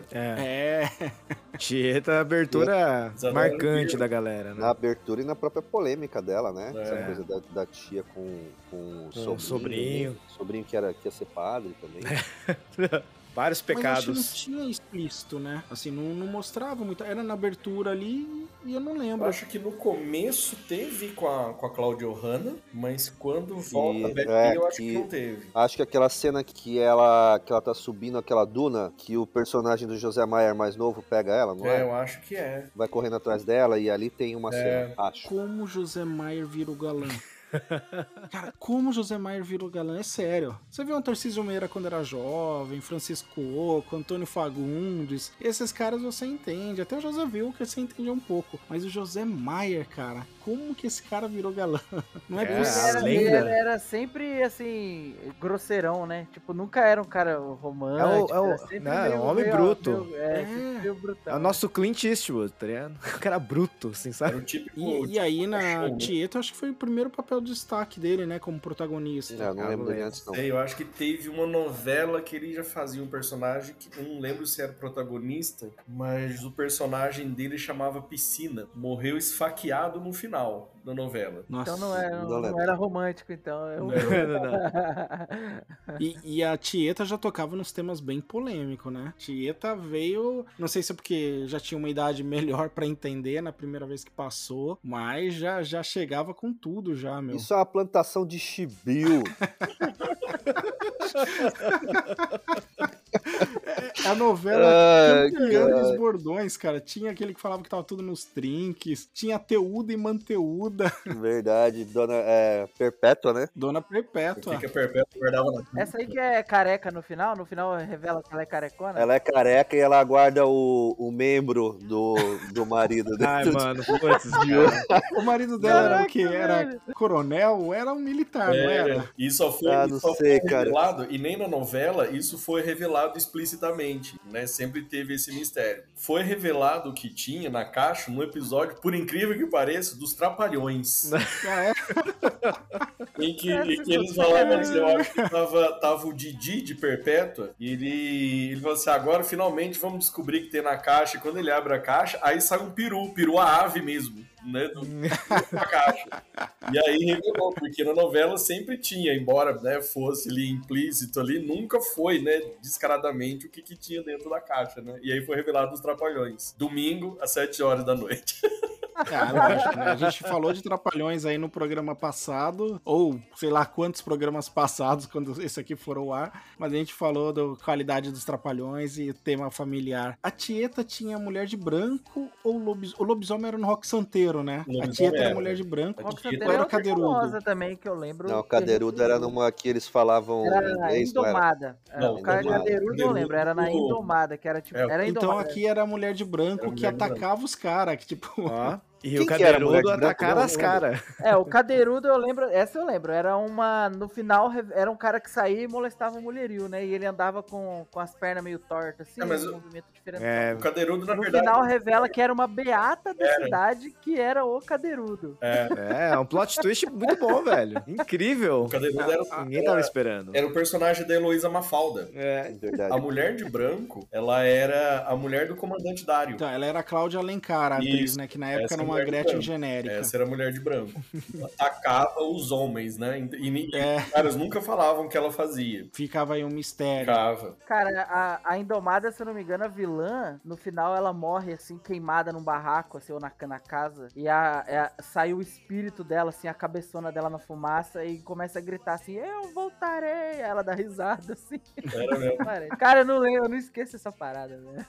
Tieta, abertura marcante da galera, né? Na abertura e na própria polêmica dela, né? Essa coisa da tia com o sobrinho. Sobrinho que ia ser padre também. Vários pecados. Mas acho que não tinha explícito, né? Assim, não mostrava muito. Era na abertura ali e eu não lembro. Eu acho que no começo teve com a Cláudia Hanna, mas quando volta a Betty, eu acho que não teve. Acho que aquela cena que ela tá subindo aquela duna, que o personagem do José Maier mais novo pega ela, não é? Eu acho que é. Vai correndo atrás dela e ali tem uma cena, acho. Como José Maier vira o galã? Cara, como José Maier virou galã, é sério. Você viu o Tarcísio Meira quando era jovem, Francisco Oco, Antônio Fagundes, esses caras você entende, até o José Wilker você entende um pouco, mas o José Maier, cara, como que esse cara virou galã? Não é possível. Ele era sempre, assim, grosseirão, né? Tipo, nunca era um cara romântico. É um homem bruto. Meio brutão. É o nosso Clint Eastwood, tá ligado? O cara bruto, assim, sabe? E aí na Tieta, acho que foi o primeiro papel de destaque dele, né, como protagonista. Não lembro dele antes, não. Eu acho que teve uma novela que ele já fazia um personagem que eu não lembro se era protagonista, mas o personagem dele chamava Piscina. Morreu esfaqueado no final da novela. Nossa, então não era romântico, então. E a Tieta já tocava nos temas bem polêmicos, né? Tieta veio, não sei se é porque já tinha uma idade melhor pra entender na primeira vez que passou, mas já chegava com tudo já, meu. Isso é uma plantação de chibio. A novela tinha grandes bordões, cara. Tinha aquele que falava que tava tudo nos trinques. Tinha Teuda e Manteuda. Verdade. Dona Perpétua, né? Dona Perpétua. Fica Perpétua, guardava na... Essa aí que é careca no final? No final revela que ela é carecona? Ela é careca e ela guarda o membro do marido dela. Ai, mano, putz, o marido dela era o quê? Era coronel? Era um militar, não era? E só foi, revelado, e nem na novela isso foi revelado explicitamente. realmente, né? Sempre teve esse mistério. Foi revelado que tinha na caixa no episódio, por incrível que pareça, dos Trapalhões. em que eles falavam assim, eu acho que tava o Didi de Perpétua, e ele falou assim, agora finalmente vamos descobrir que tem na caixa, e quando ele abre a caixa, aí sai um peru a ave mesmo, né, da caixa. E aí revelou, porque na novela sempre tinha, embora, né, fosse ali implícito ali, nunca foi, né, descaradamente o que tinha dentro da caixa, né, e aí foi revelado nos Trapalhões. Domingo, às 7 horas da noite. Lógico, né? A gente falou de Trapalhões aí no programa passado, ou sei lá quantos programas passados, quando esse aqui for ao ar, mas a gente falou da qualidade dos Trapalhões e tema familiar. A Tieta tinha mulher de branco ou o lobisomem era no Rock Santeiro, né? A Tieta era mulher de branco ou era o Cadeirudo? Também, que eu lembro. Não, o Cadeirudo era numa que eles falavam era Indomada. Não, o Cadeirudo eu lembro, era na Indomada, que era tipo... Era então Indomada. aqui era a mulher de branco que atacava os caras, que tipo... E o Cadeirudo atacar as caras. O Cadeirudo eu lembro, essa eu lembro, era uma, no final, era um cara que saía e molestava o mulherio, né, e ele andava com as pernas meio tortas, assim, mas um movimento diferente. O Cadeirudo, na verdade... No final revela que era uma beata da cidade, que era o Cadeirudo. É um plot twist muito bom, velho. Incrível. O Cadeirudo ninguém tava esperando. Era o personagem da Heloísa Mafalda. Verdade. A mulher de branco, ela era a mulher do comandante Dário. Então, ela era a Cláudia Alencar, a atriz, né, que na época era uma Gretchen genérica. Essa era a mulher de branco. Atacava os homens, né? E os caras nunca falavam o que ela fazia. Ficava aí um mistério. Cara, a Indomada, se eu não me engano, a vilã, no final ela morre, assim, queimada num barraco, assim, ou na casa. E sai o espírito dela, assim, a cabeçona dela na fumaça e começa a gritar assim, eu voltarei. Aí ela dá risada, assim. Era mesmo. Cara, eu não esqueço essa parada, né?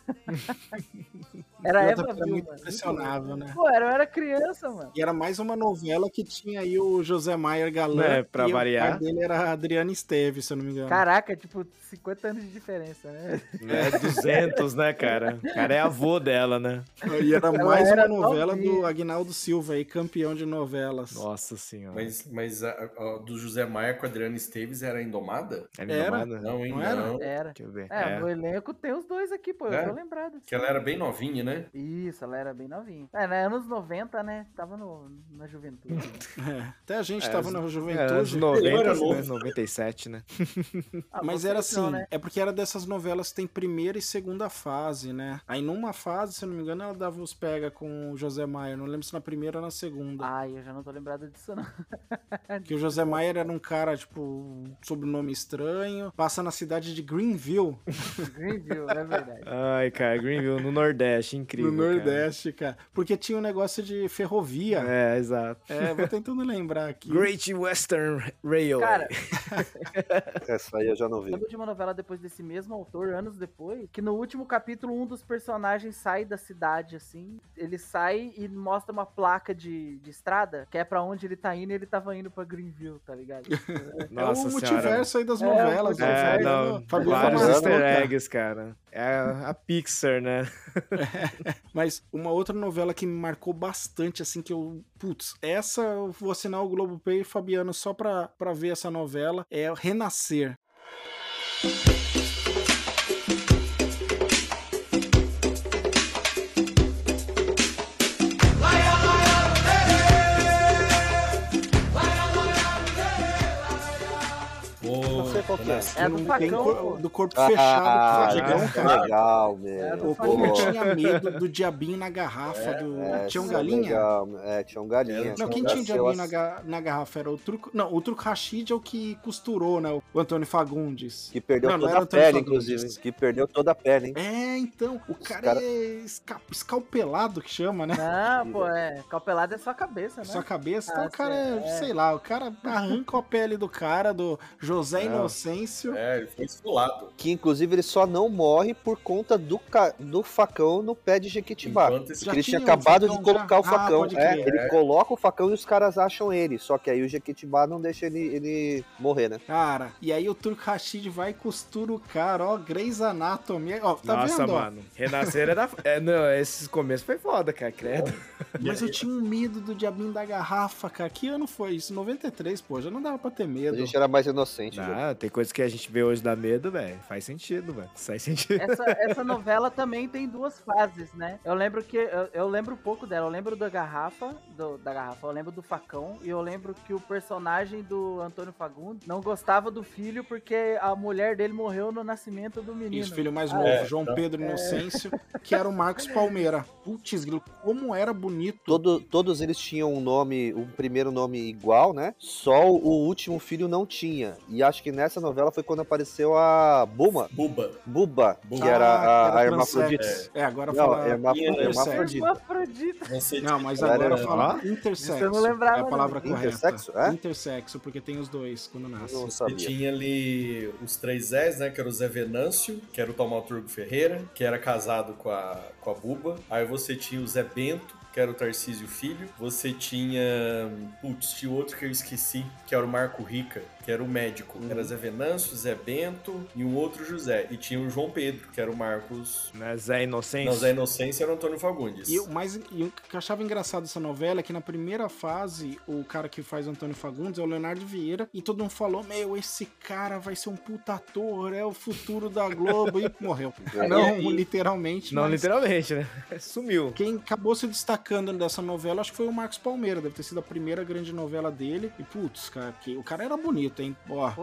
Era Eva Vilma. Muito impressionável, né? Pô, eu era criança, mano. E era mais uma novela que tinha aí o José Maier Galã. Pra variar. O pai dele era a Adriana Esteves, se eu não me engano. Caraca, tipo, 50 anos de diferença, né? 200, né, cara? O cara é avô dela, né? E era mais uma novela do Aguinaldo Silva aí, campeão de novelas. Nossa senhora. Mas a do José Maier com a Adriana Esteves era Indomada? Era Indomada? Não, hein? Não era? Não. Era. Deixa eu ver. No elenco tem os dois aqui, pô. Eu tô lembrado. Que ela era bem novinha, né? Isso, ela era bem novinha. Anos 90, né? Tava na juventude. Até a gente tava na juventude. 90, né? 97, né? Mas era assim, né? É porque era dessas novelas que tem primeira e segunda fase, né? Aí numa fase, se eu não me engano, ela dava os pega com o José Maier. Não lembro se na primeira ou na segunda. Eu já não tô lembrado disso, não. Que o José Maier era um cara, tipo, sobrenome estranho. Passa na cidade de Greenville. Greenville, é verdade. Ai, cara, Greenville no Nordeste, incrível. No Nordeste, cara. Porque tinha um negócio de ferrovia. Exato. Vou tentando lembrar aqui. Great Western Railway. Cara, essa aí eu já não vi. lembro de uma novela depois desse mesmo autor, anos depois, que no último capítulo um dos personagens sai da cidade, assim, ele sai e mostra uma placa de estrada, que é pra onde ele tá indo, e ele tava indo pra Greenville, tá ligado? Nossa o multiverso senhora. aí das novelas. Vários easter eggs, cara. É a Pixar, né? Mas uma outra novela que me marcou bastante, assim, que eu... Putz, essa eu vou assinar o Globoplay, Fabiano, só pra ver essa novela, é Renascer. Não sei qual que é. É do Facão. Do corpo fechado. Legal, meu. O povo tinha medo do diabinho na garrafa. Tinha um galinha? Legal. Tinha um galinha. Não, quem tinha o diabinho na garrafa era o Truco... Não, o Truco Rashid é o que costurou, né? O Antônio Fagundes. Que perdeu toda a pele, inclusive. Que perdeu toda a pele, hein? Então. O cara é escalpelado, que chama, né? Não, pô, escalpelado é só a cabeça, né? Só a cabeça. Então o cara sei lá, o cara arranca a pele do cara, do José Inocêncio. Ele foi esfolado. Que inclusive ele só não morre por conta do facão no pé de Jequitibá. Ele tinha acabado de colocar o facão. Ele coloca o facão e os caras acham ele. Só que aí o Jequitibá não deixa ele morrer, né? Cara, e aí o Turco Rashid vai e costura o cara, ó, Grey's Anatomy. Ó, tá Nossa, vendo? Mano. Renascer era... não, esse começo foi foda, cara, credo. Mas eu tinha um medo do diabinho da garrafa, cara. Que ano foi isso? 93, pô, já não dava pra ter medo. A gente era mais inocente. Tem que coisa que a gente vê hoje dá medo, velho, faz sentido, velho. Faz sentido. Essa novela também tem duas fases, né? Eu lembro que eu lembro pouco dela. Eu lembro da garrafa, eu lembro do facão, e eu lembro que o personagem do Antônio Fagundes não gostava do filho porque a mulher dele morreu no nascimento do menino. Isso, filho mais novo, João Pedro Inocêncio, que era o Marcos Palmeira. Putz, como era bonito. Todos eles tinham um primeiro nome igual, né? Só o último filho não tinha. E acho que nessa novela foi quando apareceu a Buba, que era a hermafrodita. Agora fala hermafrodita. Não, mas agora fala intersexo. Eu não lembrava, é a palavra correta. Intersexo? É? Intersexo, porque tem os dois quando nasce. Você tinha ali os 3 Zés, né? Que era o Zé Venâncio, que era o Taumaturgo Ferreira, que era casado com a Buba. Aí você tinha o Zé Bento, que era o Tarcísio Filho. Você tinha... tinha outro que eu esqueci, que era o Marco Rica, que era o médico. Era Zé Venâncio, Zé Bento e um outro José. E tinha o João Pedro, que era o Marcos... Não, Zé Inocêncio. Não, Zé Inocêncio era o Antônio Fagundes. E o que eu achava engraçado dessa novela é que na primeira fase, o cara que faz o Antônio Fagundes é o Leonardo Vieira, e todo mundo falou, esse cara vai ser um puta ator, é o futuro da Globo, e morreu. Não literalmente. Não literalmente, né? Sumiu. Quem acabou se destacando dessa novela, acho que foi o Marcos Palmeira, deve ter sido a primeira grande novela dele, e putz, cara, o cara era bonito, hein?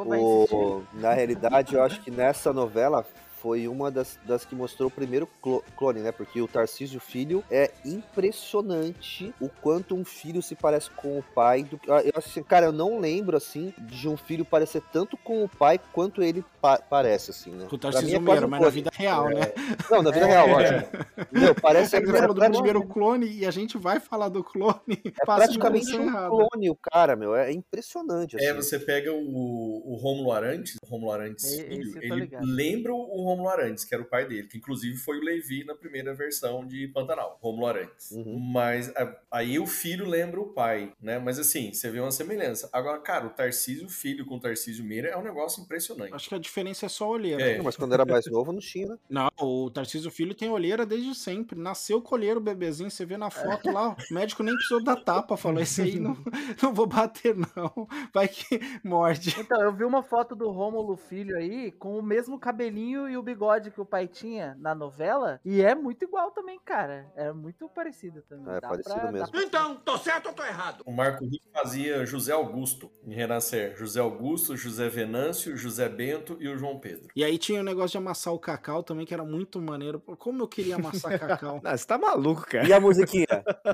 Na realidade, eu acho que nessa novela foi uma das que mostrou o primeiro clone, né? Porque o Tarcísio Filho é impressionante o quanto um filho se parece com o pai. Eu não lembro, assim, de um filho parecer tanto com o pai quanto ele parece, assim, né? Com o Tarcísio Meira, mas na vida real, né? Não, na vida real, ótimo. Meu, parece que do primeiro clone e a gente vai falar do clone. É praticamente um clone, o cara, meu. É impressionante, assim. Você pega o Rômulo Arantes, Filho, ele lembra o Rômulo Arantes, que era o pai dele, que inclusive foi o Levi na primeira versão de Pantanal, Rômulo Arantes. Mas aí o filho lembra o pai, né? Mas assim, você vê uma semelhança. Agora, cara, o Tarcísio Filho com o Tarcísio Meira é um negócio impressionante. Acho que a diferença é só a olheira. Mas quando era mais novo, não tinha, né? Não, o Tarcísio Filho tem olheira desde sempre. Nasceu colheiro, o bebezinho, você vê na foto lá, o médico nem precisou dar tapa, falou, esse aí não vou bater não, vai que morde. Então, eu vi uma foto do Rômulo Filho aí, com o mesmo cabelinho e o bigode que o pai tinha na novela, e é muito igual também, cara. É muito parecido também. Parecido mesmo. Então, tô certo ou tô errado? O Marco Rico fazia José Augusto em Renascer. José Augusto, José Venâncio, José Bento e o João Pedro. E aí tinha o negócio de amassar o cacau também, que era muito maneiro. Como eu queria amassar cacau. Não, você tá maluco, cara. E a musiquinha?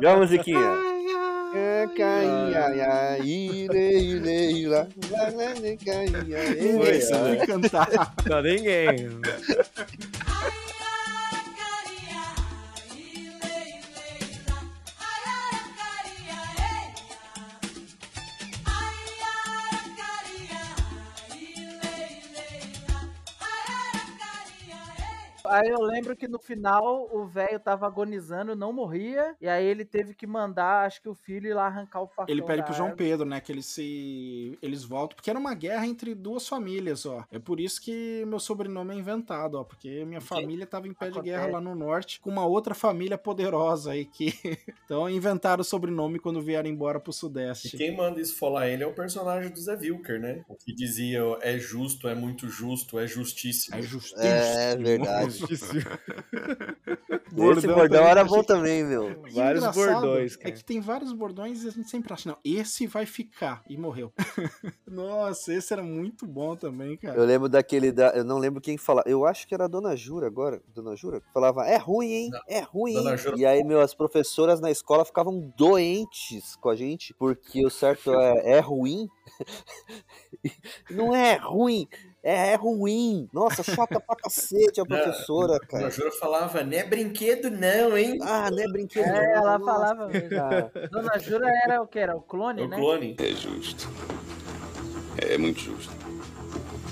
Você vai cantar. Não, ninguém. Aí eu lembro que no final o velho tava agonizando, não morria, e aí ele teve que mandar, acho que o filho ir lá arrancar o facão. Ele pede pro João Pedro, né, que eles voltam, porque era uma guerra entre duas famílias, ó. É por isso que meu sobrenome é inventado, ó, porque minha família tava em pé de guerra lá no norte, com uma outra família poderosa aí que... Então inventaram o sobrenome quando vieram embora pro sudeste. E quem manda esfolar ele é o personagem do Zé Wilker, né? O que dizia, é justo, é muito justo, é justíssimo. É justíssimo. É verdade. Esse bordão era bom também, meu. Vários bordões, cara. É que tem vários bordões e a gente sempre acha, não, esse vai ficar. E morreu. Nossa, esse era muito bom também, cara. Eu lembro eu não lembro quem falava. Eu acho que era a Dona Jura agora. Dona Jura? Falava, é ruim, hein? Não. É ruim, hein? E aí, as professoras na escola ficavam doentes com a gente, porque o certo é ruim. Não é ruim. É ruim. Nossa, chata pra cacete a professora, cara. A Jura falava, não é brinquedo não, hein? Ah, não é brinquedo não. Ela falava mesmo. Dona Jura era o que? Era o clone, né? O clone. É justo. É muito justo. É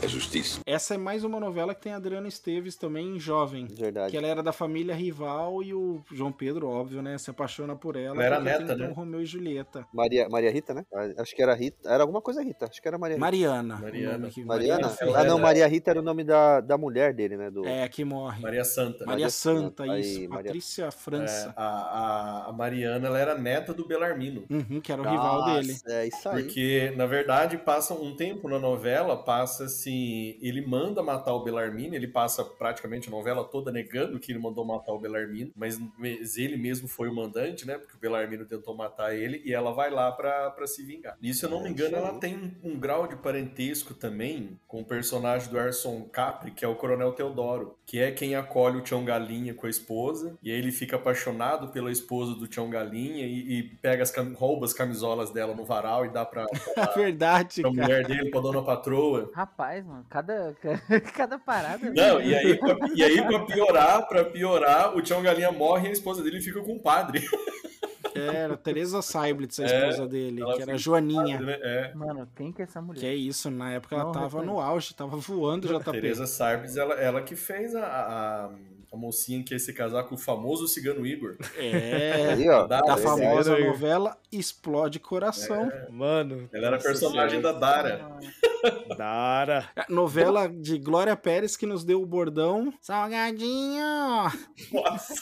justiça. Essa é mais uma novela que tem a Adriana Esteves também, jovem. Verdade. Que ela era da família rival e o João Pedro, óbvio, né? Se apaixona por ela. Ela era porque neta, tem né? Tom Romeu e Julieta. Maria Rita, né? Acho que era Rita. Era alguma coisa Rita. Acho que era Maria Rita. Mariana. Mariana? Mariana? Não, Maria Rita era o nome da mulher dele, né? É, que morre. Maria Santa. Maria Santa, isso. Aí, Patrícia França. A Mariana, ela era neta do Belarmino. Que era o rival dele. É isso aí. Porque, na verdade, passa um tempo na novela, passa assim, ele manda matar o Belarmino, ele passa praticamente a novela toda negando que ele mandou matar o Belarmino, mas ele mesmo foi o mandante, né? Porque o Belarmino tentou matar ele e ela vai lá pra se vingar. Nisso, eu não me engano, ela tem um grau de parentesco também com o personagem do Erson Capri, que é o Coronel Teodoro, que é quem acolhe o Tião Galinha com a esposa, e aí ele fica apaixonado pela esposa do Tião Galinha e rouba as camisolas dela no varal e dá pra Verdade, pra mulher dele, pra dona patroa. Rapaz, mano, cada parada. Não, e aí pra piorar, o Tião Galinha morre e a esposa dele fica com o padre. Era Teresa Seiblitz, a esposa dele, que era Joaninha. Padre, né? Mano, quem que é essa mulher? Que é isso, na época ela tava no auge, tava voando já. Teresa Seiblitz, ela que fez a mocinha que ia se casar com o famoso Cigano Igor. Aí, ó, da famosa novela Explode Coração. Mano. Ela era personagem da Dara. Dara. Novela de Glória Pérez que nos deu o bordão Salgadinho. Nossa.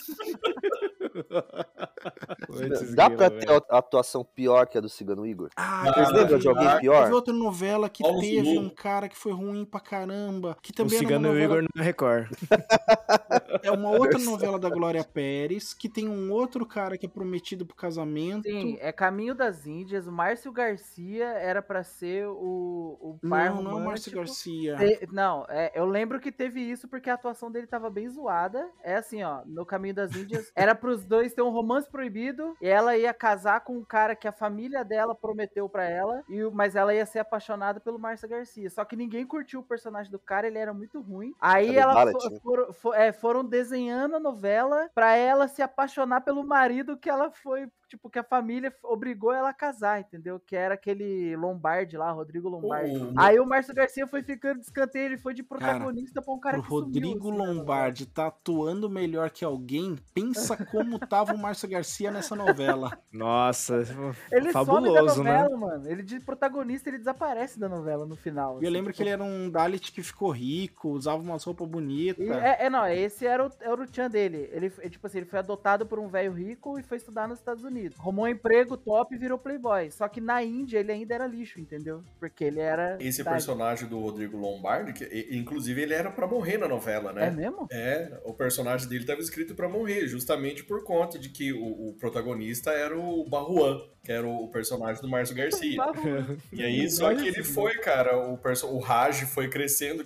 Dá pra ter a atuação pior que a do Cigano Igor? Vocês lembram de alguém pior? Teve outra novela que teve um cara que foi ruim pra caramba. Que também o Cigano Igor não é Record. É uma outra novela da Glória Pérez, que tem um outro cara que é prometido pro casamento. Sim, é Caminho das Índias. O Márcio Garcia era pra ser o par romântico. Não é o Márcio Garcia. Não, eu lembro que teve isso porque a atuação dele tava bem zoada. É assim, ó, no Caminho das Índias, era pros dois ter um romance proibido, e ela ia casar com um cara que a família dela prometeu pra ela, mas ela ia ser apaixonada pelo Márcio Garcia. Só que ninguém curtiu o personagem do cara, ele era muito ruim. Aí foram desenhando a novela pra ela se apaixonar pelo marido que ela foi, tipo, que a família obrigou ela a casar, entendeu? Que era aquele Lombardi lá, Rodrigo Lombardi. Aí o Márcio Garcia foi ficando de escanteio, ele foi de protagonista pra um cara que Rodrigo sumiu, assim, Lombardi tá atuando melhor que alguém, pensa como tava o Márcio Garcia nessa novela. Nossa, ele fabuloso, some da novela, né? Mano. Ele de protagonista, ele desaparece da novela no final. E eu lembro que ele era um Dalit que ficou rico, usava umas roupas bonitas. Esse era o tchan dele. Ele, tipo assim, ele foi adotado por um velho rico e foi estudar nos Estados Unidos. Arrumou um emprego top e virou playboy. Só que na Índia ele ainda era lixo, entendeu? Porque ele era... Esse personagem do Rodrigo Lombardi, que inclusive ele era pra morrer na novela, né? É mesmo? O personagem dele tava escrito pra morrer, justamente por conta de que o protagonista era o Barruan, que era o personagem do Márcio Garcia. E aí, só que ele foi, cara, o Raj foi crescendo,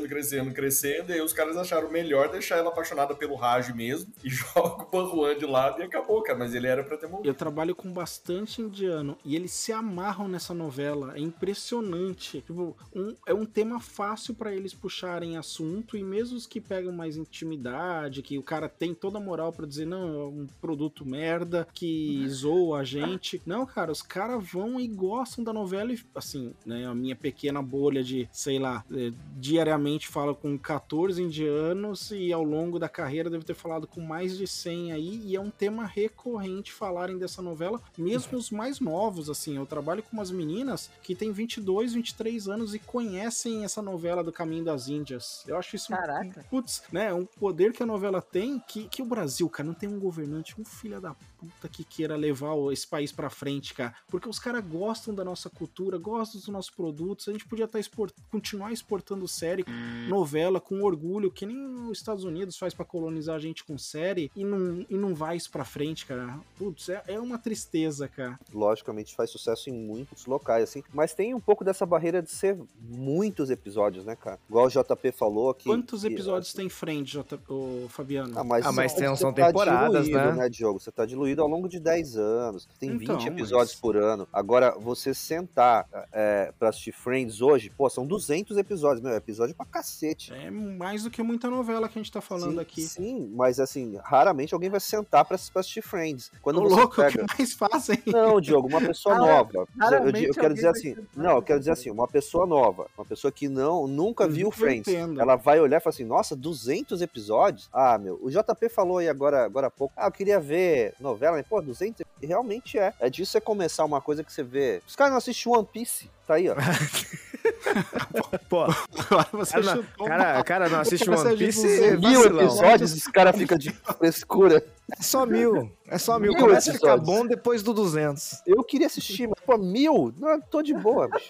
e aí os caras acharam melhor deixar ela apaixonada pelo Raj mesmo, e joga o Barruan de lado e acabou, cara, mas ele era pra ter morrido. Eu trabalho com bastante indiano, e eles se amarram nessa novela, é impressionante. Tipo, é um tema fácil pra eles puxarem assunto, e mesmo os que pegam mais intimidade, que o cara tem toda a moral pra dizer, não, é um produto merda, que zoa a gente. Não, cara, os caras vão e gostam da novela e, assim, né, a minha pequena bolha de, sei lá, diariamente falo com 14 indianos e ao longo da carreira deve ter falado com mais de 100 aí, e é um tema recorrente falarem dessa novela, mesmo os mais novos, assim. Eu trabalho com umas meninas que têm 22, 23 anos e conhecem essa novela do Caminho das Índias. Eu acho isso, putz, né, um poder que a novela tem, que o Brasil, cara, não tem um governante, um filho da puta que queira levar esse país pra frente, cara, porque os caras gostam da nossa cultura, gostam dos nossos produtos. A gente podia continuar exportando série, novela com orgulho, que nem os Estados Unidos faz pra colonizar a gente com série, e não vai isso pra frente, cara. Putz, é uma tristeza, cara. Logicamente faz sucesso em muitos locais, assim, mas tem um pouco dessa barreira de ser muitos episódios, né, cara? Igual o JP falou aqui. Quantos episódios tem Friends, Fabiano? Mas são temporadas, diluído, né, Diogo? Você tá diluído construído ao longo de 10 anos, tem Então, 20 episódios por ano. Agora, você sentar pra assistir Friends hoje, pô, são 200 episódios, meu, episódio pra cacete. É mais do que muita novela que a gente tá falando aqui. Sim, mas assim, raramente alguém vai sentar pra assistir Friends. Quando Ô, você louco, pega... o que mais fazem? Não, Diogo, uma pessoa nova. Eu quero dizer assim, não, eu quero dizer assim, uma pessoa nova, uma pessoa que nunca viu Friends, ela vai olhar e falar assim, nossa, 200 episódios? Ah, meu, o JP falou aí agora há pouco, eu queria ver novela, mas, pô, 200, e realmente é disso você começar uma coisa que você vê, os caras não assistem One Piece, tá aí, ó. Pô, agora você chutou. Cara, não assiste One Piece. 1000 episódios, os caras ficam de frescura. É só 1000. Começa a ficar bom depois do 200. Eu queria assistir, mas, pô, 1000? Não, tô de boa, bicho.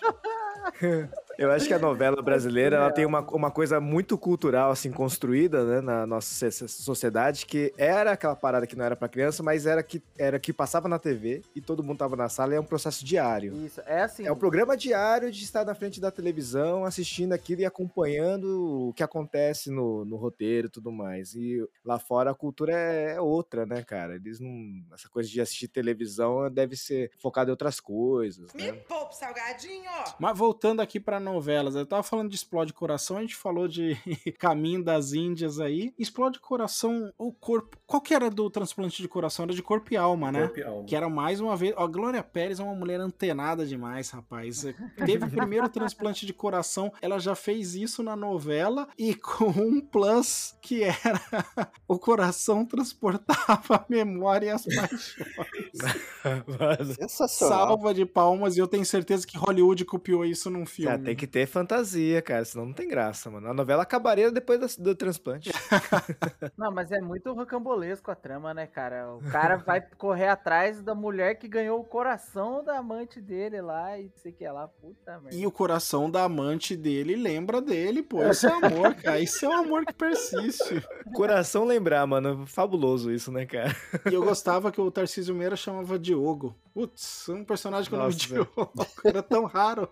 Eu acho que a novela brasileira ela tem uma coisa muito cultural assim construída, né, na nossa sociedade, que era aquela parada que não era pra criança, mas era que passava na TV e todo mundo tava na sala, e é um processo diário. Isso, é assim. É um programa diário de estar na frente da televisão, assistindo aquilo e acompanhando o que acontece no roteiro e tudo mais. E lá fora a cultura é outra, né, cara? Eles não... Essa coisa de assistir televisão deve ser focada em outras coisas, né? Me poupa, salgadinho! Mas voltando aqui pra novelas, eu tava falando de Explode Coração, a gente falou de Caminho das Índias aí. Explode Coração, o corpo... Qual que era do transplante de coração? Era de corpo e alma, né? Corpo e alma. Que era mais uma vez... A Glória Pérez é uma mulher antenada demais, rapaz. Teve o primeiro transplante de coração, ela já fez isso na novela e com um plus que era o coração transportava a memória e as paixões. Sensacional. Salva de palmas, e eu tenho certeza que Hollywood copiou isso num filme. Cara, tem que ter fantasia, cara, senão não tem graça, mano. A novela acabaria depois do transplante. Não, mas é muito rocambolesco a trama, né, cara? O cara vai correr atrás da mulher que ganhou o coração da amante dele lá e sei que é lá, puta merda. E o coração da amante dele lembra dele, pô. Esse é amor, cara. Isso é um amor que persiste. Coração lembrar, mano. Fabuloso isso, né, cara? E eu gostava que o Tarcísio Meira chamava Diogo. Putz, um personagem com o nome de Diogo. Era tão raro.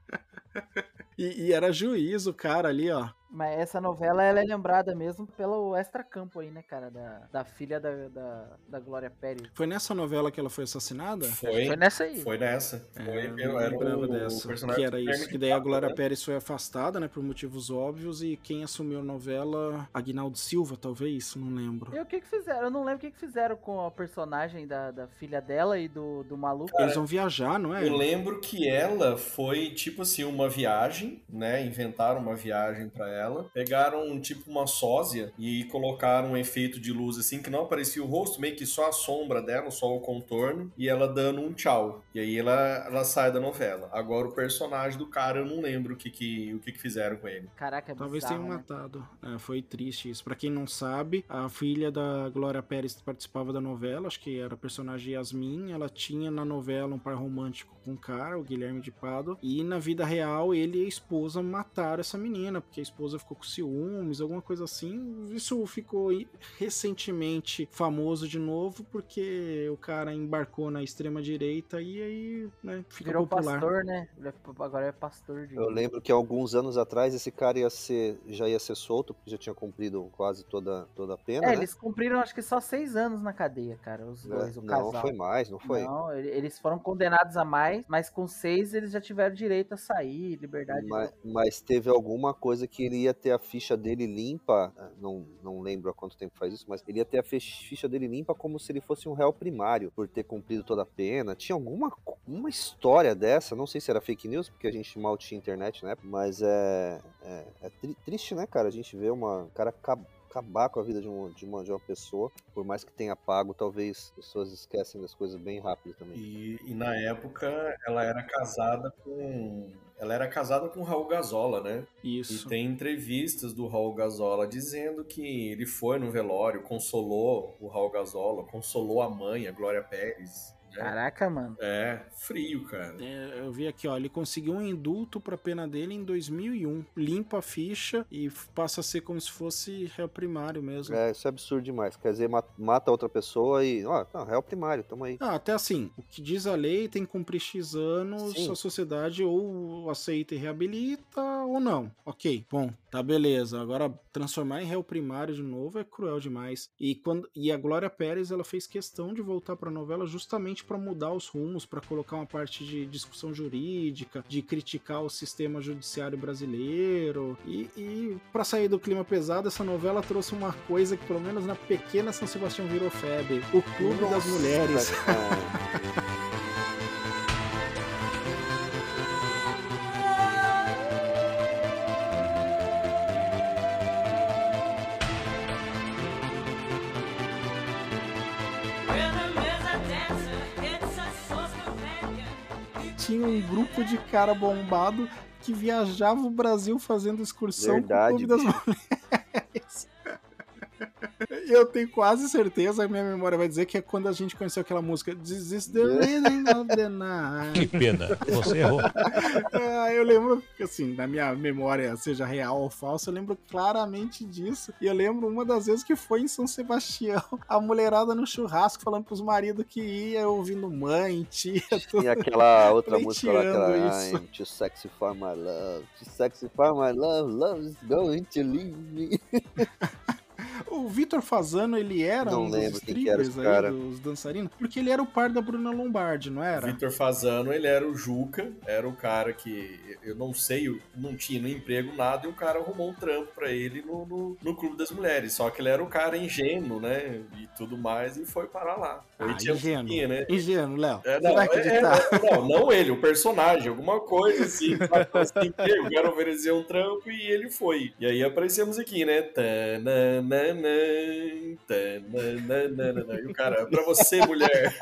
E era juiz o cara ali, ó. Mas essa novela, ela é lembrada mesmo pelo extracampo aí, né, cara? Da filha da Glória Pérez. Foi nessa novela que ela foi assassinada? Foi nessa aí. Foi nessa. Eu lembrava dessa. Que era isso. Que daí a Glória Pérez foi afastada, né, por motivos óbvios, e quem assumiu a novela, Aguinaldo Silva, talvez? Não lembro. E o que fizeram? Eu não lembro o que fizeram com a personagem da filha dela e do maluco. Cara, eles vão viajar, não é? Eu lembro que ela foi, tipo assim, uma viagem, né? Inventaram uma viagem pra ela. Pegaram, tipo, uma sósia e colocaram um efeito de luz, assim, que não aparecia o rosto, meio que só a sombra dela, só o contorno, e ela dando um tchau. E aí ela sai da novela. Agora, o personagem do cara, eu não lembro o que fizeram com ele. Caraca, é talvez bizarro, tenham né? matado. Foi triste isso. Pra quem não sabe, a filha da Glória Pérez participava da novela, acho que era a personagem Yasmin. Ela tinha na novela um par romântico com um cara, o Guilherme de Pádua, e na vida real ele e a esposa mataram essa menina, porque a esposa ficou com ciúmes, alguma coisa assim. Isso ficou recentemente famoso de novo, porque o cara embarcou na extrema direita e aí, né, fica virou popular. Pastor, né? Agora é pastor de... Eu lembro que alguns anos atrás esse cara já ia ser solto, porque já tinha cumprido quase toda a pena, né? Eles cumpriram acho que só 6 anos na cadeia, cara, os dois, o casal. Não, foi mais, não foi? Não, eles foram condenados a mais, mas com 6 eles já tiveram direito a sair, liberdade. Mas teve alguma coisa que ele ia ter a ficha dele limpa, não lembro há quanto tempo faz isso, mas ele ia ter a ficha dele limpa como se ele fosse um réu primário, por ter cumprido toda a pena. Tinha uma história dessa, não sei se era fake news, porque a gente mal tinha internet, né? Mas é triste, né, cara? A gente vê um cara acabar com a vida de uma pessoa, por mais que tenha pago, talvez as pessoas esquecem das coisas bem rápido também. E na época ela era casada com o Raul Gazola, né? Isso. E tem entrevistas do Raul Gazola dizendo que ele foi no velório, consolou o Raul Gazola, consolou a mãe, a Glória Pérez. Caraca, mano. É, frio, cara. Eu vi aqui, ó, ele conseguiu um indulto pra pena dele em 2001. Limpa a ficha e passa a ser como se fosse réu primário mesmo. Isso é absurdo demais. Quer dizer, mata outra pessoa e... réu primário, tamo aí. Até assim, o que diz a lei tem que cumprir X anos, Sim. A sociedade ou aceita e reabilita ou não. Ok, bom, tá beleza. Agora transformar em réu primário de novo é cruel demais. E a Glória Pérez, ela fez questão de voltar pra novela justamente pra mudar os rumos, pra colocar uma parte de discussão jurídica, de criticar o sistema judiciário brasileiro. E pra sair do clima pesado, essa novela trouxe uma coisa que pelo menos na pequena São Sebastião virou febre: o Clube das Mulheres. Tinha um grupo de cara bombado que viajava o Brasil fazendo excursão com o Clube das Mulheres. Eu tenho quase certeza, a minha memória vai dizer que é quando a gente conheceu aquela música This is the rhythm of the night. Que pena, você errou. Eu lembro, assim, na minha memória, seja real ou falsa, eu lembro claramente disso. E eu lembro uma das vezes que foi em São Sebastião, a mulherada no churrasco falando pros maridos que ia ouvindo mãe, tia, tudo. E aquela outra música lá, aquela I'm too sexy for my love, too sexy for my love, love is going to leave me. O Vitor Fazano, ele era um dos strippers aí, dos dançarinos? Porque ele era o par da Bruna Lombardi, não era? Vitor Fazano, ele era o Juca, era o cara que, eu não sei, não tinha no emprego nada, e o cara arrumou um trampo pra ele no Clube das Mulheres. Só que ele era o cara ingênuo, né? E tudo mais, e foi parar lá. Ingênuo, né? Ingênuo, Léo. Você vai acreditar? Não ele, o personagem, alguma coisa assim. Assim o cara ofereceu um trampo e ele foi. E aí aparecemos aqui, né? E o cara, pra você, mulher.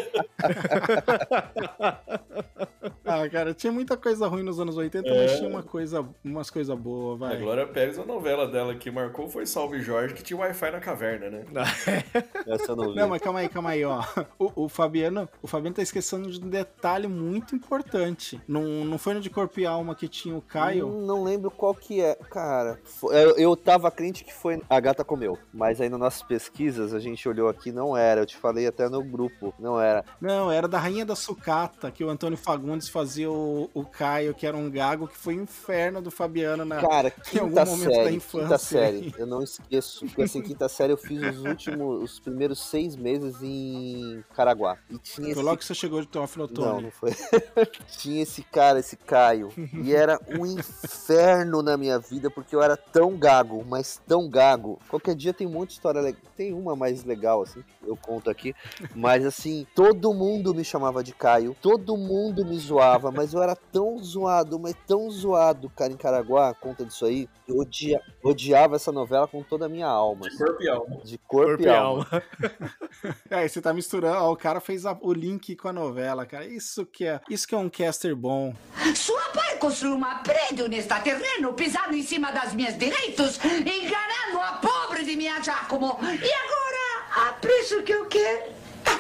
Cara, tinha muita coisa ruim nos anos 80, mas tinha umas coisas boas, vai. A Glória Pérez, a novela dela que marcou foi Salve Jorge, que tinha Wi-Fi na caverna, né? Essa eu não vi. Não, mas calma aí, ó. O Fabiano tá esquecendo de um detalhe muito importante. Não foi no De Corpo e Alma que tinha o Caio? Não lembro qual que é, cara. Eu tava crente que foi A Gata Comeu, mas aí nas nossas pesquisas a gente olhou aqui, não era. Eu te falei até no grupo, não era. Não, era da Rainha da Sucata, que o Antônio Fagundes fazia o Caio, que era um gago, que foi o inferno do Fabiano cara, em algum momento da infância. Quinta série, eu não esqueço. Porque assim, quinta série eu fiz os primeiros 6 meses em Caraguá. E tinha foi logo que você chegou de Teófilo Otoni. Não foi. Tinha esse cara, esse Caio, e era um inferno na minha vida, porque eu era tão gago, mas tão gago. Qualquer dia tem um monte de história legal. Tem uma mais legal, assim, que eu conto aqui. Mas assim, todo mundo me chamava de Caio, todo mundo me zoava, mas eu era tão zoado, mas tão zoado, cara, em Caraguá, conta disso aí. Eu odiava essa novela com toda a minha alma. De corpo e alma. De corpo e alma. Você tá misturando, ó, o cara fez o link com a novela, cara. Isso que é um caster bom. Sua pai construiu uma prédio neste terreno, pisando em cima das minhas direitos, enganando a pobre de minha Giacomo. E agora, a preço que eu quero,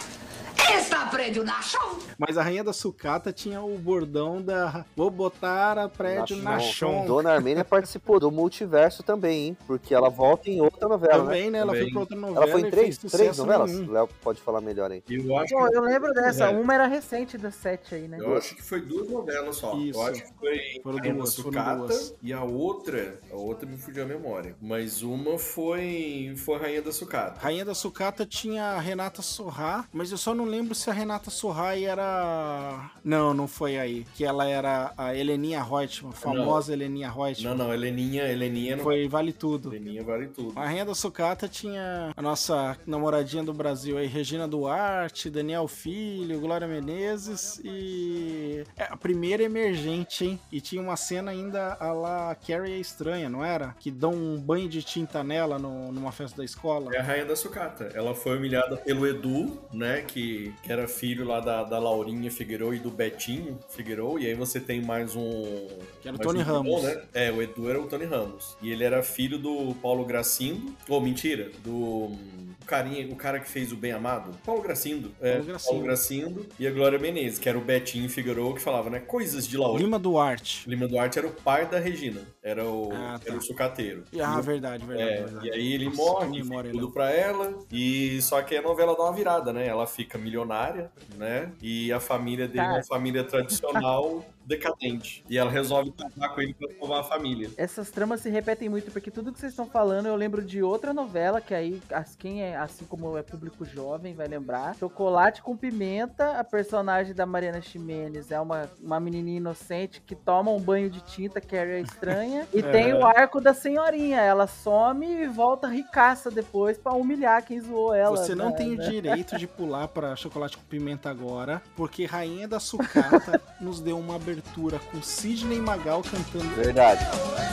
está prédio na chão. Mas a Rainha da Sucata tinha o bordão da vou botar a prédio na chão. Dona Armênia participou do Multiverso também, hein? Porque ela volta em outra novela, também, né? Ela foi pra outra novela. Ela foi em três novelas? Léo pode falar melhor aí. Eu lembro dessa. Uma era recente das 7 aí, né? Eu acho que foi 2 novelas só. Isso. Eu acho que foi Rainha da Sucata e a outra me fugiu a memória. Mas uma foi Rainha da Sucata. Rainha da Sucata tinha a Renata Sorrah, mas eu só não lembro se a Renata Sorrah era... Não foi aí. Que ela era a Heleninha Reutemann, famosa Heleninha Reutemann. Não, Heleninha não... Foi Vale Tudo. Heleninha Vale Tudo. A Rainha da Sucata tinha a nossa namoradinha do Brasil aí, Regina Duarte, Daniel Filho, Glória Menezes e... a primeira emergente, hein? E tinha uma cena ainda a lá Carrie é Estranha, não era? Que dão um banho de tinta nela numa festa da escola. É a Rainha da Sucata. Ela foi humilhada pelo Edu, né? Que era filho lá da Laurinha Figueiredo e do Betinho Figueiredo. E aí você tem mais um... Que era o Tony Ramos. Né? O Edu era o Tony Ramos. E ele era filho do Paulo Gracindo. Mentira. Do... O cara que fez o Bem Amado. Paulo Gracindo. Paulo Gracindo. E a Glória Menezes, que era o Betinho Figueiredo, que falava, né? Coisas de Laurinha. Lima Duarte. Lima Duarte era o pai da Regina. Era o sucateiro. Verdade. E aí ele morre, tudo pra ela. E só que a novela dá uma virada, né? Ela fica milionária, né? E a família dele é uma família tradicional decadente. E ela resolve casar com ele pra salvar a família. Essas tramas se repetem muito, porque tudo que vocês estão falando eu lembro de outra novela, que aí, quem é, assim como é público jovem, vai lembrar. Chocolate com Pimenta, a personagem da Mariana Ximenes é uma menininha inocente que toma um banho de tinta, que é estranha. E tem o arco da senhorinha, ela some e volta ricaça depois pra humilhar quem zoou ela. Você não tem o direito de pular pra Chocolate com Pimenta agora, porque Rainha da Sucata nos deu uma abertura com Sidney Magal cantando. Verdade.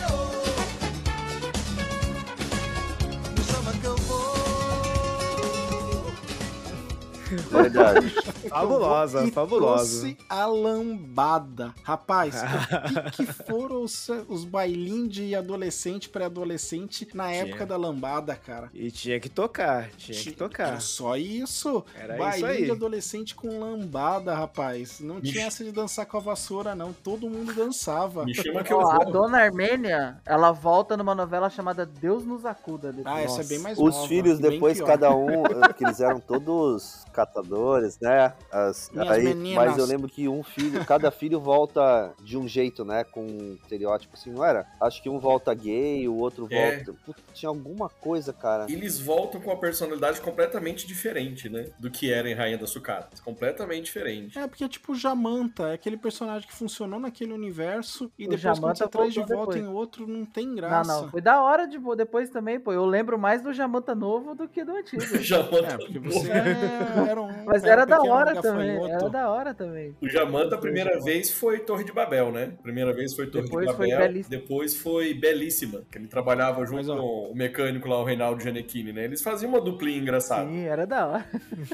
Verdade. Fabulosa, e fabulosa. Trouxe a lambada. Rapaz, o que foram os bailinhos de adolescente, pré-adolescente na época da lambada, cara? E tinha que tocar, Era só isso. Era bailinho isso aí. de adolescente com lambada, rapaz. Não tinha essa de dançar com a vassoura, não. Todo mundo dançava. Me chama que eu A vou. Dona Armênia, ela volta numa novela chamada Deus nos acuda. Depois. Ah, essa é bem mais Os nova, filhos bem depois, pior. cada um, que eles eram todos catadores, né? Minhas meninas. Mas eu lembro que cada filho volta de um jeito, né? Com um estereótipo assim, não era? Acho que um volta gay, o outro volta... Puta, tinha alguma coisa, cara. Eles voltam com uma personalidade completamente diferente, né? Do que era em Rainha da Sucata. Completamente diferente. É, porque tipo o Jamanta, é aquele personagem que funcionou naquele universo e O depois quando Jamanta você traz de voltou volta depois. em outro, não tem graça. Não. Foi da hora depois também, pô. Eu lembro mais do Jamanta novo do que do antigo. Jamanta porque você era um... Mas era da pequeno hora também. gafanhoto. Era da hora também. O Jamanta, a primeira vez foi Torre de Babel, né? Primeira vez foi Torre Depois de foi Babel, Belíssima. depois foi Belíssima, que ele trabalhava junto Mas, ó, com o mecânico lá, o Reinaldo Gianecchini, né? Eles faziam uma duplinha engraçada. Sim, era da hora.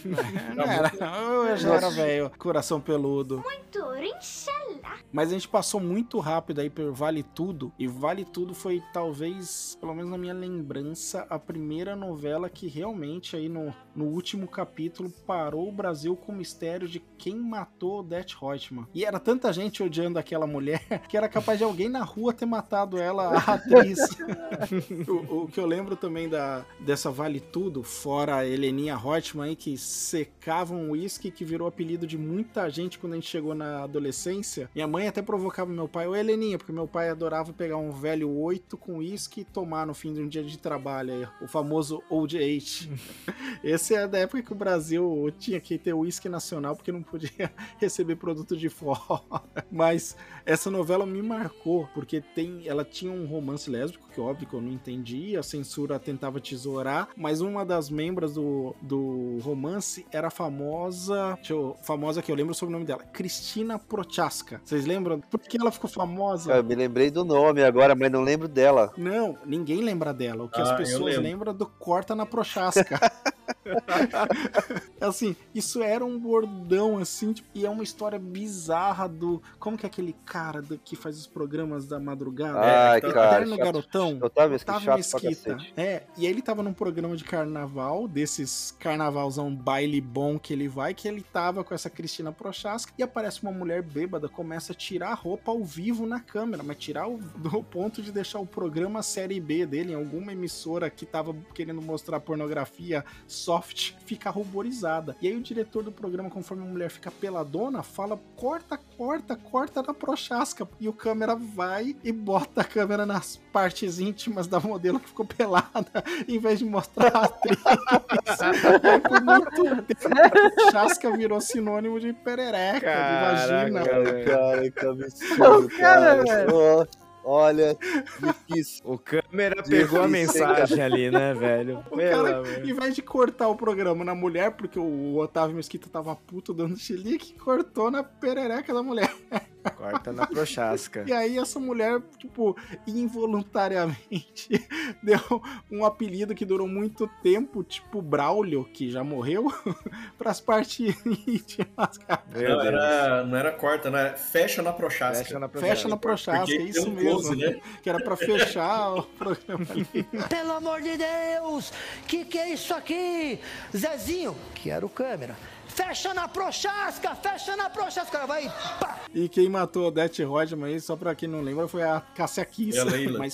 Eu já era velho, coração peludo. Muito inxalá. Mas a gente passou muito rápido aí por Vale Tudo, e Vale Tudo foi talvez, pelo menos na minha lembrança, a primeira novela que realmente aí no último capítulo parou o Brasil com o mistério de quem matou Odete Roitman. E era tanta gente odiando aquela mulher que era capaz de alguém na rua ter matado ela, a atriz. o que eu lembro também dessa Vale Tudo, fora a Heleninha Roitman aí, que secava um uísque que virou apelido de muita gente quando a gente chegou na adolescência. Minha mãe até provocava meu pai, ô Heleninha, porque meu pai adorava pegar um velho 8 com uísque e tomar no fim de um dia de trabalho aí, o famoso Old Age. Esse é da época que o Brasil tinha que ter uísque nacional porque não podia receber produto de fora. Mas essa novela me marcou porque ela tinha um romance lésbico, que óbvio que eu não entendi, a censura tentava tesourar, mas uma das membros do romance era famosa que eu lembro sobre o nome dela, Cristina Prochaska. Vocês lembram? Por que ela ficou famosa? Eu me lembrei do nome agora, mas não lembro dela. Não, ninguém lembra dela. O que as pessoas lembram do Corta na Prochaska. Assim, isso era um bordão, assim, tipo, e é uma história bizarra do... Como que é aquele cara que faz os programas da madrugada? Ai, cara, Eterno Garotão. Otávio Mesquita. E aí ele tava num programa de carnaval, desses carnavalzão baile bom que ele vai, que ele tava com essa Cristina Prochaska, e aparece uma mulher bêbada, começa a tirar a roupa ao vivo na câmera, mas tirar do ponto de deixar o programa série B dele, em alguma emissora que tava querendo mostrar pornografia soft, fica ruborizada. E aí o diretor do programa, conforme a mulher fica peladona, fala, corta na Prochaska. E o câmera vai e bota a câmera nas partes íntimas da modelo que ficou pelada, em vez de mostrar a atriz. Aí, por muito tempo, a Prochaska virou sinônimo de perereca, de vagina. Cara, que absurdo, cara. Olha, o câmera pegou a mensagem ali, né, velho? O cara, em vez de cortar o programa na mulher, porque o Otávio Mesquita tava puto dando chilique, cortou na perereca da mulher. Corta na Prochaska. E aí essa mulher, tipo, involuntariamente deu um apelido que durou muito tempo, tipo Braulio, que já morreu, pras partes íntimas, cara. Não era corta, né? Fecha na Prochaska. Fecha na Prochaska, é isso mesmo. Né? Que era pra fechar o programa ali. Pelo amor de Deus! Que é isso aqui? Zezinho, que era o câmera. Fecha na Prochaska, vai, pá! E quem matou a Odete Roitman aí, só pra quem não lembra, foi a Cássia Kiss. Mas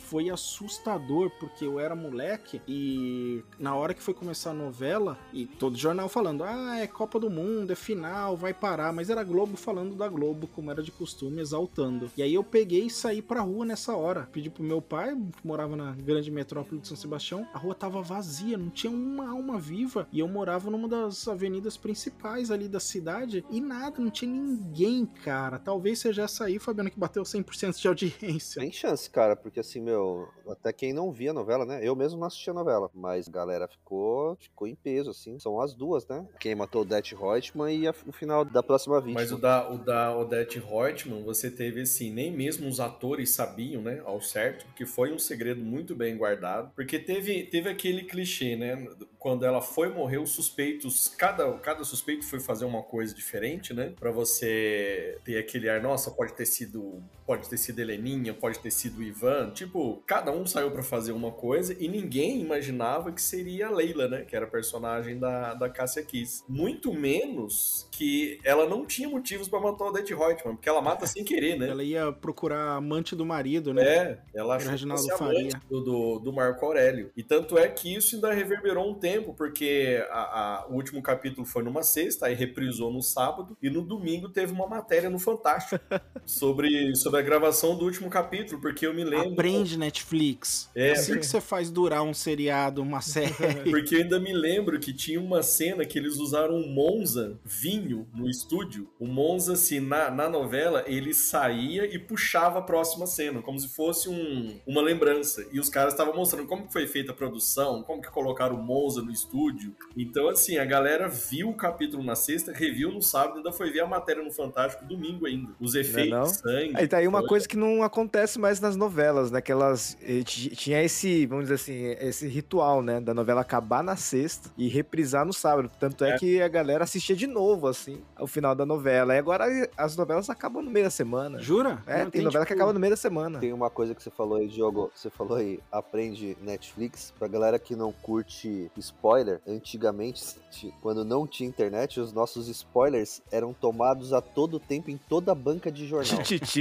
foi assustador, porque eu era moleque e na hora que foi começar a novela, e todo jornal falando, é Copa do Mundo, é final, vai parar, mas era Globo falando da Globo, como era de costume, exaltando. E aí eu peguei e saí pra rua nessa hora, pedi pro meu pai, que morava na grande metrópole de São Sebastião, a rua tava vazia, não tinha uma alma viva, e eu morava numa das avenidas principais ali da cidade, e nada, não tinha ninguém, cara. Talvez seja essa aí, Fabiano, que bateu 100% de audiência. Tem chance, cara, porque assim, até quem não via a novela, né? Eu mesmo não assistia a novela, mas a galera ficou em peso, assim. São as duas, né? Quem matou Odete Roitman e o final da próxima vítima. Mas o da Odete Roitman, você teve assim, nem mesmo os atores sabiam, né, ao certo, que foi um segredo muito bem guardado, porque teve aquele clichê, né? Quando ela foi morrer, os suspeitos, cada suspeito foi fazer uma coisa diferente, né? Pra você ter aquele ar, nossa, pode ter sido Heleninha, pode ter sido Ivan, tipo, cada um saiu pra fazer uma coisa e ninguém imaginava que seria a Leila, né? Que era a personagem da Cássia Kiss. Muito menos que ela não tinha motivos pra matar a Odete Roitman, porque ela mata sem querer, né? Ela ia procurar amante do marido, né? Ela achou que fosse amante do Marco Aurélio. E tanto é que isso ainda reverberou um tempo, porque o último capítulo foi numa sexta, aí reprisou no sábado, e no domingo teve uma matéria no Fantástico sobre a gravação do último capítulo, porque eu me lembro... Aprende, Netflix. Assim que você faz durar um seriado, uma série. Porque eu ainda me lembro que tinha uma cena que eles usaram um Monza vinho no estúdio. O Monza, assim, na novela, ele saía e puxava a próxima cena, como se fosse uma lembrança. E os caras estavam mostrando como que foi feita a produção, como que colocaram o Monza no estúdio. Então, assim, a galera viu o capítulo na sexta, reviu no sábado, ainda foi ver a matéria no Fantástico domingo ainda. Os efeitos, sangue... Aí tá aí uma coisa que não acontece mais nas novelas, né? Que elas tinha esse, vamos dizer assim, esse ritual, né? Da novela acabar na sexta e reprisar no sábado. Tanto é que a galera assistia de novo, assim, ao final da novela. E agora as novelas acabam no meio da semana. Jura? Tem novela que acaba no meio da semana. Tem uma coisa que você falou aí, Diogo. Você falou aí, aprende Netflix. Pra galera que não curte spoiler, antigamente, quando não tinha internet, os nossos spoilers eram tomados a todo tempo em toda a banca de jornal.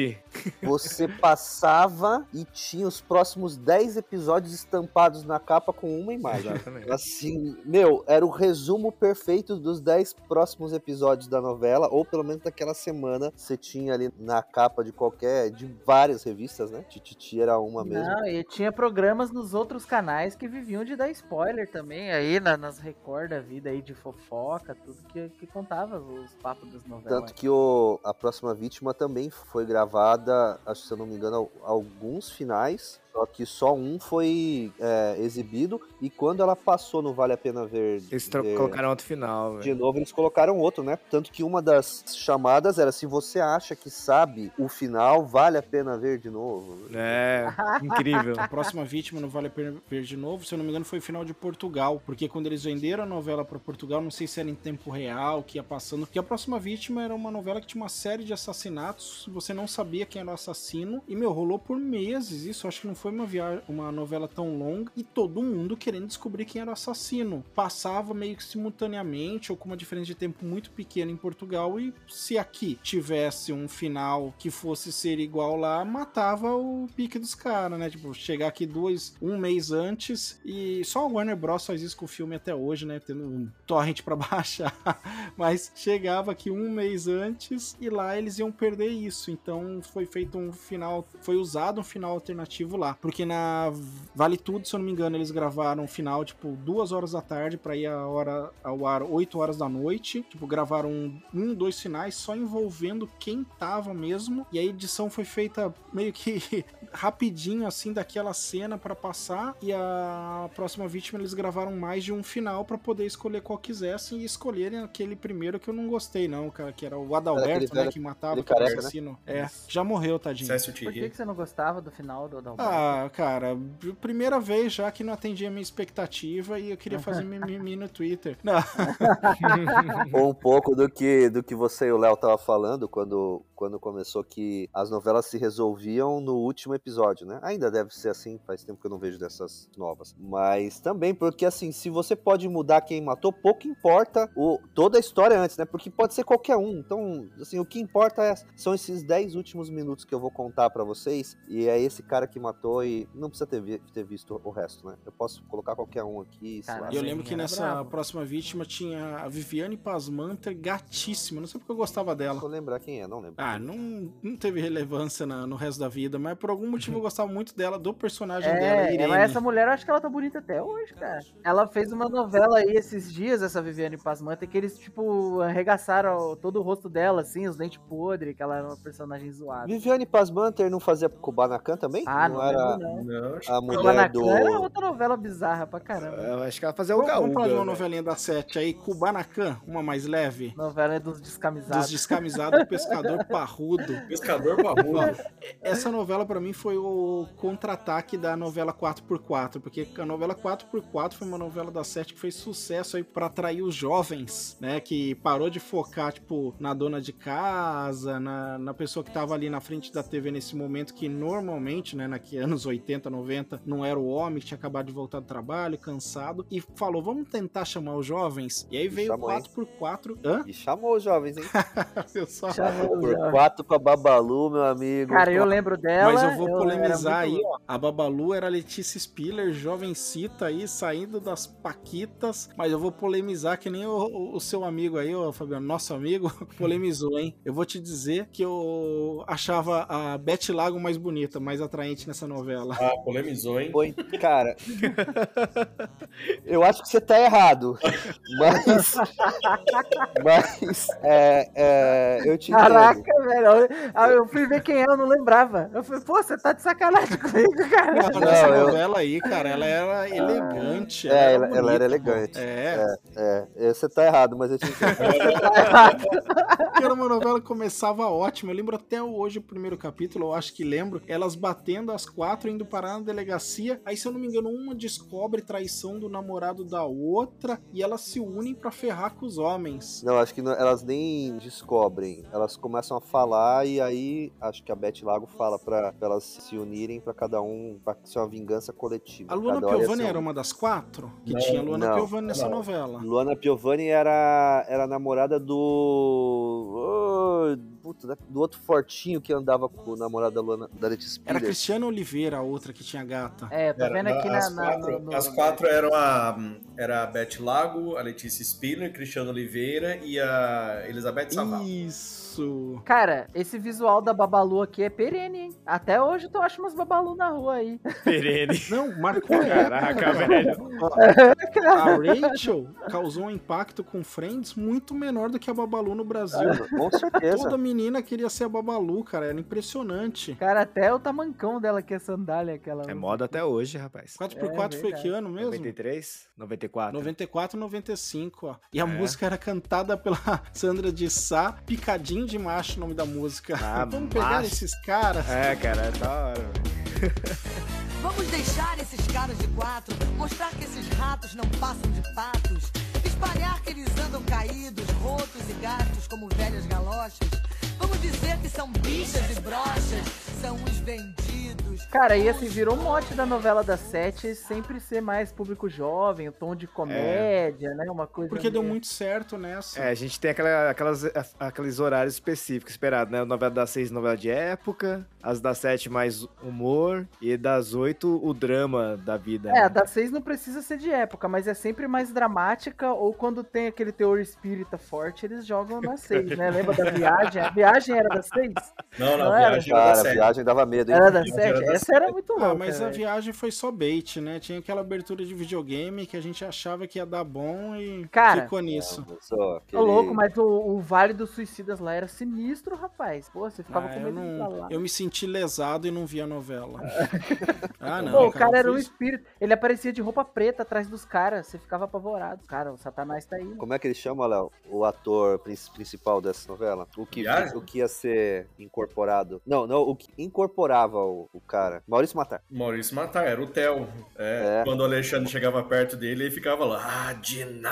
Você passava e tinha os próximos 10 episódios estampados na capa com uma imagem. Exatamente. Assim, era o resumo perfeito dos 10 próximos episódios da novela, ou pelo menos daquela semana, você tinha ali na capa de várias revistas, né? Tititi era uma mesmo. Não, e tinha programas nos outros canais que viviam de dar spoiler também, aí nas Record da vida aí de fofoca, tudo que contava os papos das novelas. Tanto que a próxima vítima também foi gravada, acho que se eu não me engano, alguns finais, só que só um foi exibido, e quando ela passou no Vale a Pena Ver... Eles colocaram outro final. De novo, eles colocaram outro, né? Tanto que uma das chamadas era, se você acha que sabe o final, vale a pena ver de novo. Incrível. A próxima vítima no Vale a Pena Ver de Novo, se eu não me engano, foi o final de Portugal, porque quando eles venderam a novela pra Portugal, não sei se era em tempo real, que ia passando, porque a próxima vítima era uma novela que tinha uma série de assassinatos, você não sabia quem era o assassino, e, rolou por meses isso, acho que não foi uma novela tão longa, e todo mundo querendo descobrir quem era o assassino. Passava meio que simultaneamente, ou com uma diferença de tempo muito pequena em Portugal, e se aqui tivesse um final que fosse ser igual lá, matava o pique dos caras, né? Tipo, chegar aqui um mês antes, e só a Warner Bros. Faz isso com o filme até hoje, né? Tendo um torrent pra baixar, mas chegava aqui um mês antes, e lá eles iam perder isso, então foi feito um final, foi usado um final alternativo lá, porque na Vale Tudo, se eu não me engano, eles gravaram um final, tipo, 2 horas da tarde pra ir ao ar 8 horas da noite, tipo, gravaram 2 finais só envolvendo quem tava mesmo, e a edição foi feita meio que rapidinho, assim, daquela cena pra passar, e a próxima vítima eles gravaram mais de um final pra poder escolher qual quisessem, e escolherem aquele primeiro que eu não gostei, não, cara, que era o Adalberto, né, que matava o assassino. Né? Já morreu, tadinho. Por que você não gostava do final do Adalberto? Ah, cara, primeira vez já que não atendia a minha expectativa e eu queria fazer mimimi no Twitter. Não. Um pouco do que você e o Léo tava falando quando começou, que as novelas se resolviam no último episódio, né? Ainda deve ser assim, faz tempo que eu não vejo dessas novas. Mas também porque, assim, se você pode mudar quem matou, pouco importa toda a história antes, né? Porque pode ser qualquer um. Então, assim, o que importa são esses 10 últimos minutos que eu vou contar pra vocês, e é esse cara que matou gostou e não precisa ter visto o resto, né? Eu posso colocar qualquer um aqui. E eu lembro que nessa próxima vítima tinha a Viviane Pasmanter, gatíssima. Não sei porque eu gostava dela. Vou lembrar quem é, não lembro. Não teve relevância no resto da vida, mas por algum motivo eu gostava muito dela, do personagem dela, Irene. Mas essa mulher, eu acho que ela tá bonita até hoje, cara. Ela fez uma novela aí esses dias, essa Viviane Pasmanter, que eles, tipo, arregaçaram todo o rosto dela, assim, os dentes podres, que ela era uma personagem zoada. Viviane Pasmanter não fazia Kubanacan também? Não era não. A mulher Kubanacan era outra novela bizarra pra caramba. Eu acho que ela fazia o Gaúga. Vamos fazer uma novelinha da 7 aí, Kubanacan, uma mais leve. Novela dos descamisados. Dos descamisados, do pescador parrudo. Pescador parrudo. Essa novela pra mim foi o contra-ataque da novela 4x4, porque a novela 4x4 foi uma novela da 7 que fez sucesso aí pra atrair os jovens, né, que parou de focar, tipo, na dona de casa, na pessoa que tava ali na frente da TV nesse momento, que normalmente, né, naqueles anos 80, 90, não era o homem que tinha acabado de voltar do trabalho, cansado, e falou, vamos tentar chamar os jovens, e aí veio o 4x4. Hã? E chamou os jovens, hein? Chamou por 4 com a Babalu, meu amigo. Cara, eu lembro dela. Mas eu vou polemizar aí, ó. A Babalu era a Letícia Spiller, jovencita aí, saindo das paquitas, mas eu vou polemizar que nem o seu amigo aí, ó, Fabiano, nosso amigo, polemizou, hein? Eu vou te dizer que eu achava a Beth Lago mais bonita, mais atraente nessa novela. Polemizou, hein? Foi, cara. Eu acho que você tá errado. Mas eu te Caraca, velho. Eu fui ver quem é, eu não lembrava. Eu falei, pô, você tá de sacanagem comigo, cara. Essa novela aí, cara, ela era elegante. Ela era elegante. Você tá errado, mas eu te entendo. Era uma novela que começava ótima. Eu lembro até hoje o primeiro capítulo, eu acho que lembro, elas batendo as 4, indo parar na delegacia. Aí, se eu não me engano, uma descobre traição do namorado da outra e elas se unem pra ferrar com os homens. Não, acho que elas nem descobrem. Elas começam a falar e aí acho que a Beth Lago fala pra elas se unirem pra cada um, pra ser uma vingança coletiva. A Luana Piovani era uma das 4? Que tinha a Luana Piovani nessa novela. Luana Piovani era namorada do outro fortinho que andava com o namorado da Luana, da Letícia Spiller. Era Cristiana Oliveira, a outra que tinha gata. Tá vendo aqui as 4 eram era a Beth Lago, a Letícia Spiller, Cristiano Oliveira e a Elizabeth Savalo. Isso. Cara, esse visual da Babalu aqui é perene, hein? Até hoje tu acha umas Babalu na rua aí. Perene. Não, marcou. Caraca, velho. A Rachel causou um impacto com Friends muito menor do que a Babalu no Brasil. Com certeza. Toda menina queria ser a Babalu, cara. Era impressionante. Cara, até o tamancão dela, que é sandália, aquela. É moda até hoje, rapaz. 4x4 foi que ano mesmo? 93? 94. 94, 95, ó. E a música era cantada pela Sandra de Sá, Picadinho de Macho, o nome da música. Vamos pegar esses caras. Cara, é da hora, velho. Vamos deixar esses caras de 4, mostrar que esses ratos não passam de patos, espalhar que eles andam caídos, rotos e gastos como velhas galochas. Vamos dizer que são bichas e brochas, são os vendidos. Cara, e assim, virou um mote da novela das 7 sempre ser mais público jovem, o tom de comédia, né? Uma coisa. Porque deu muito certo nessa. A gente tem aqueles horários específicos esperados, né? A novela das 6, novela de época, as das 7 mais humor, e das 8, o drama da vida. A das 6 não precisa ser de época, mas é sempre mais dramática, ou quando tem aquele teor espírita forte, eles jogam na 6, né? Lembra da Viagem? A Viagem era da 6? Não, a Viagem era da 7. A Viagem dava medo, hein? Era da 7? Essa era muito louca. Mas a Viagem foi só bait, né? Tinha aquela abertura de videogame que a gente achava que ia dar bom e ficou nisso. Tô louco, mas o Vale dos Suicidas lá era sinistro, rapaz. Pô, você ficava com medo de falar. Eu me senti lesado e não vi a novela. Não. Pô, o cara era um espírito. Ele aparecia de roupa preta atrás dos caras. Você ficava apavorado. Cara, o Satanás tá aí. Como é que ele chama, Léo? O ator principal dessa novela? O que ia ser incorporado. Não, o que incorporava o cara. Maurício Matar, era o Theo. Quando o Alexandre chegava perto dele, ele ficava lá, Diná!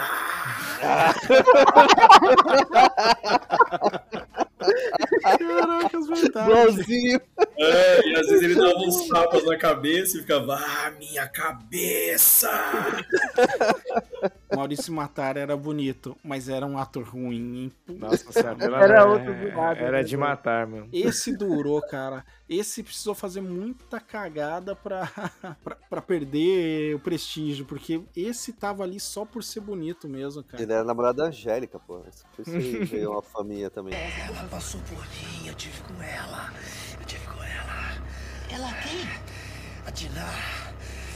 Caraca, verdade. Igualzinho. E às vezes ele dava uns tapas na cabeça e ficava, minha cabeça! Maurício Matar era bonito, mas era um ator ruim, hein? Nossa senhora, Era outro do nada, era né, de matar, mano. Esse durou, cara. Esse precisou fazer muita cagada pra perder o prestígio, porque esse tava ali só por ser bonito mesmo, cara. Ele era namorado da Angélica, pô. Por isso que veio uma família também. Ela passou por mim, eu tive com ela. Ela quem? A Dinar.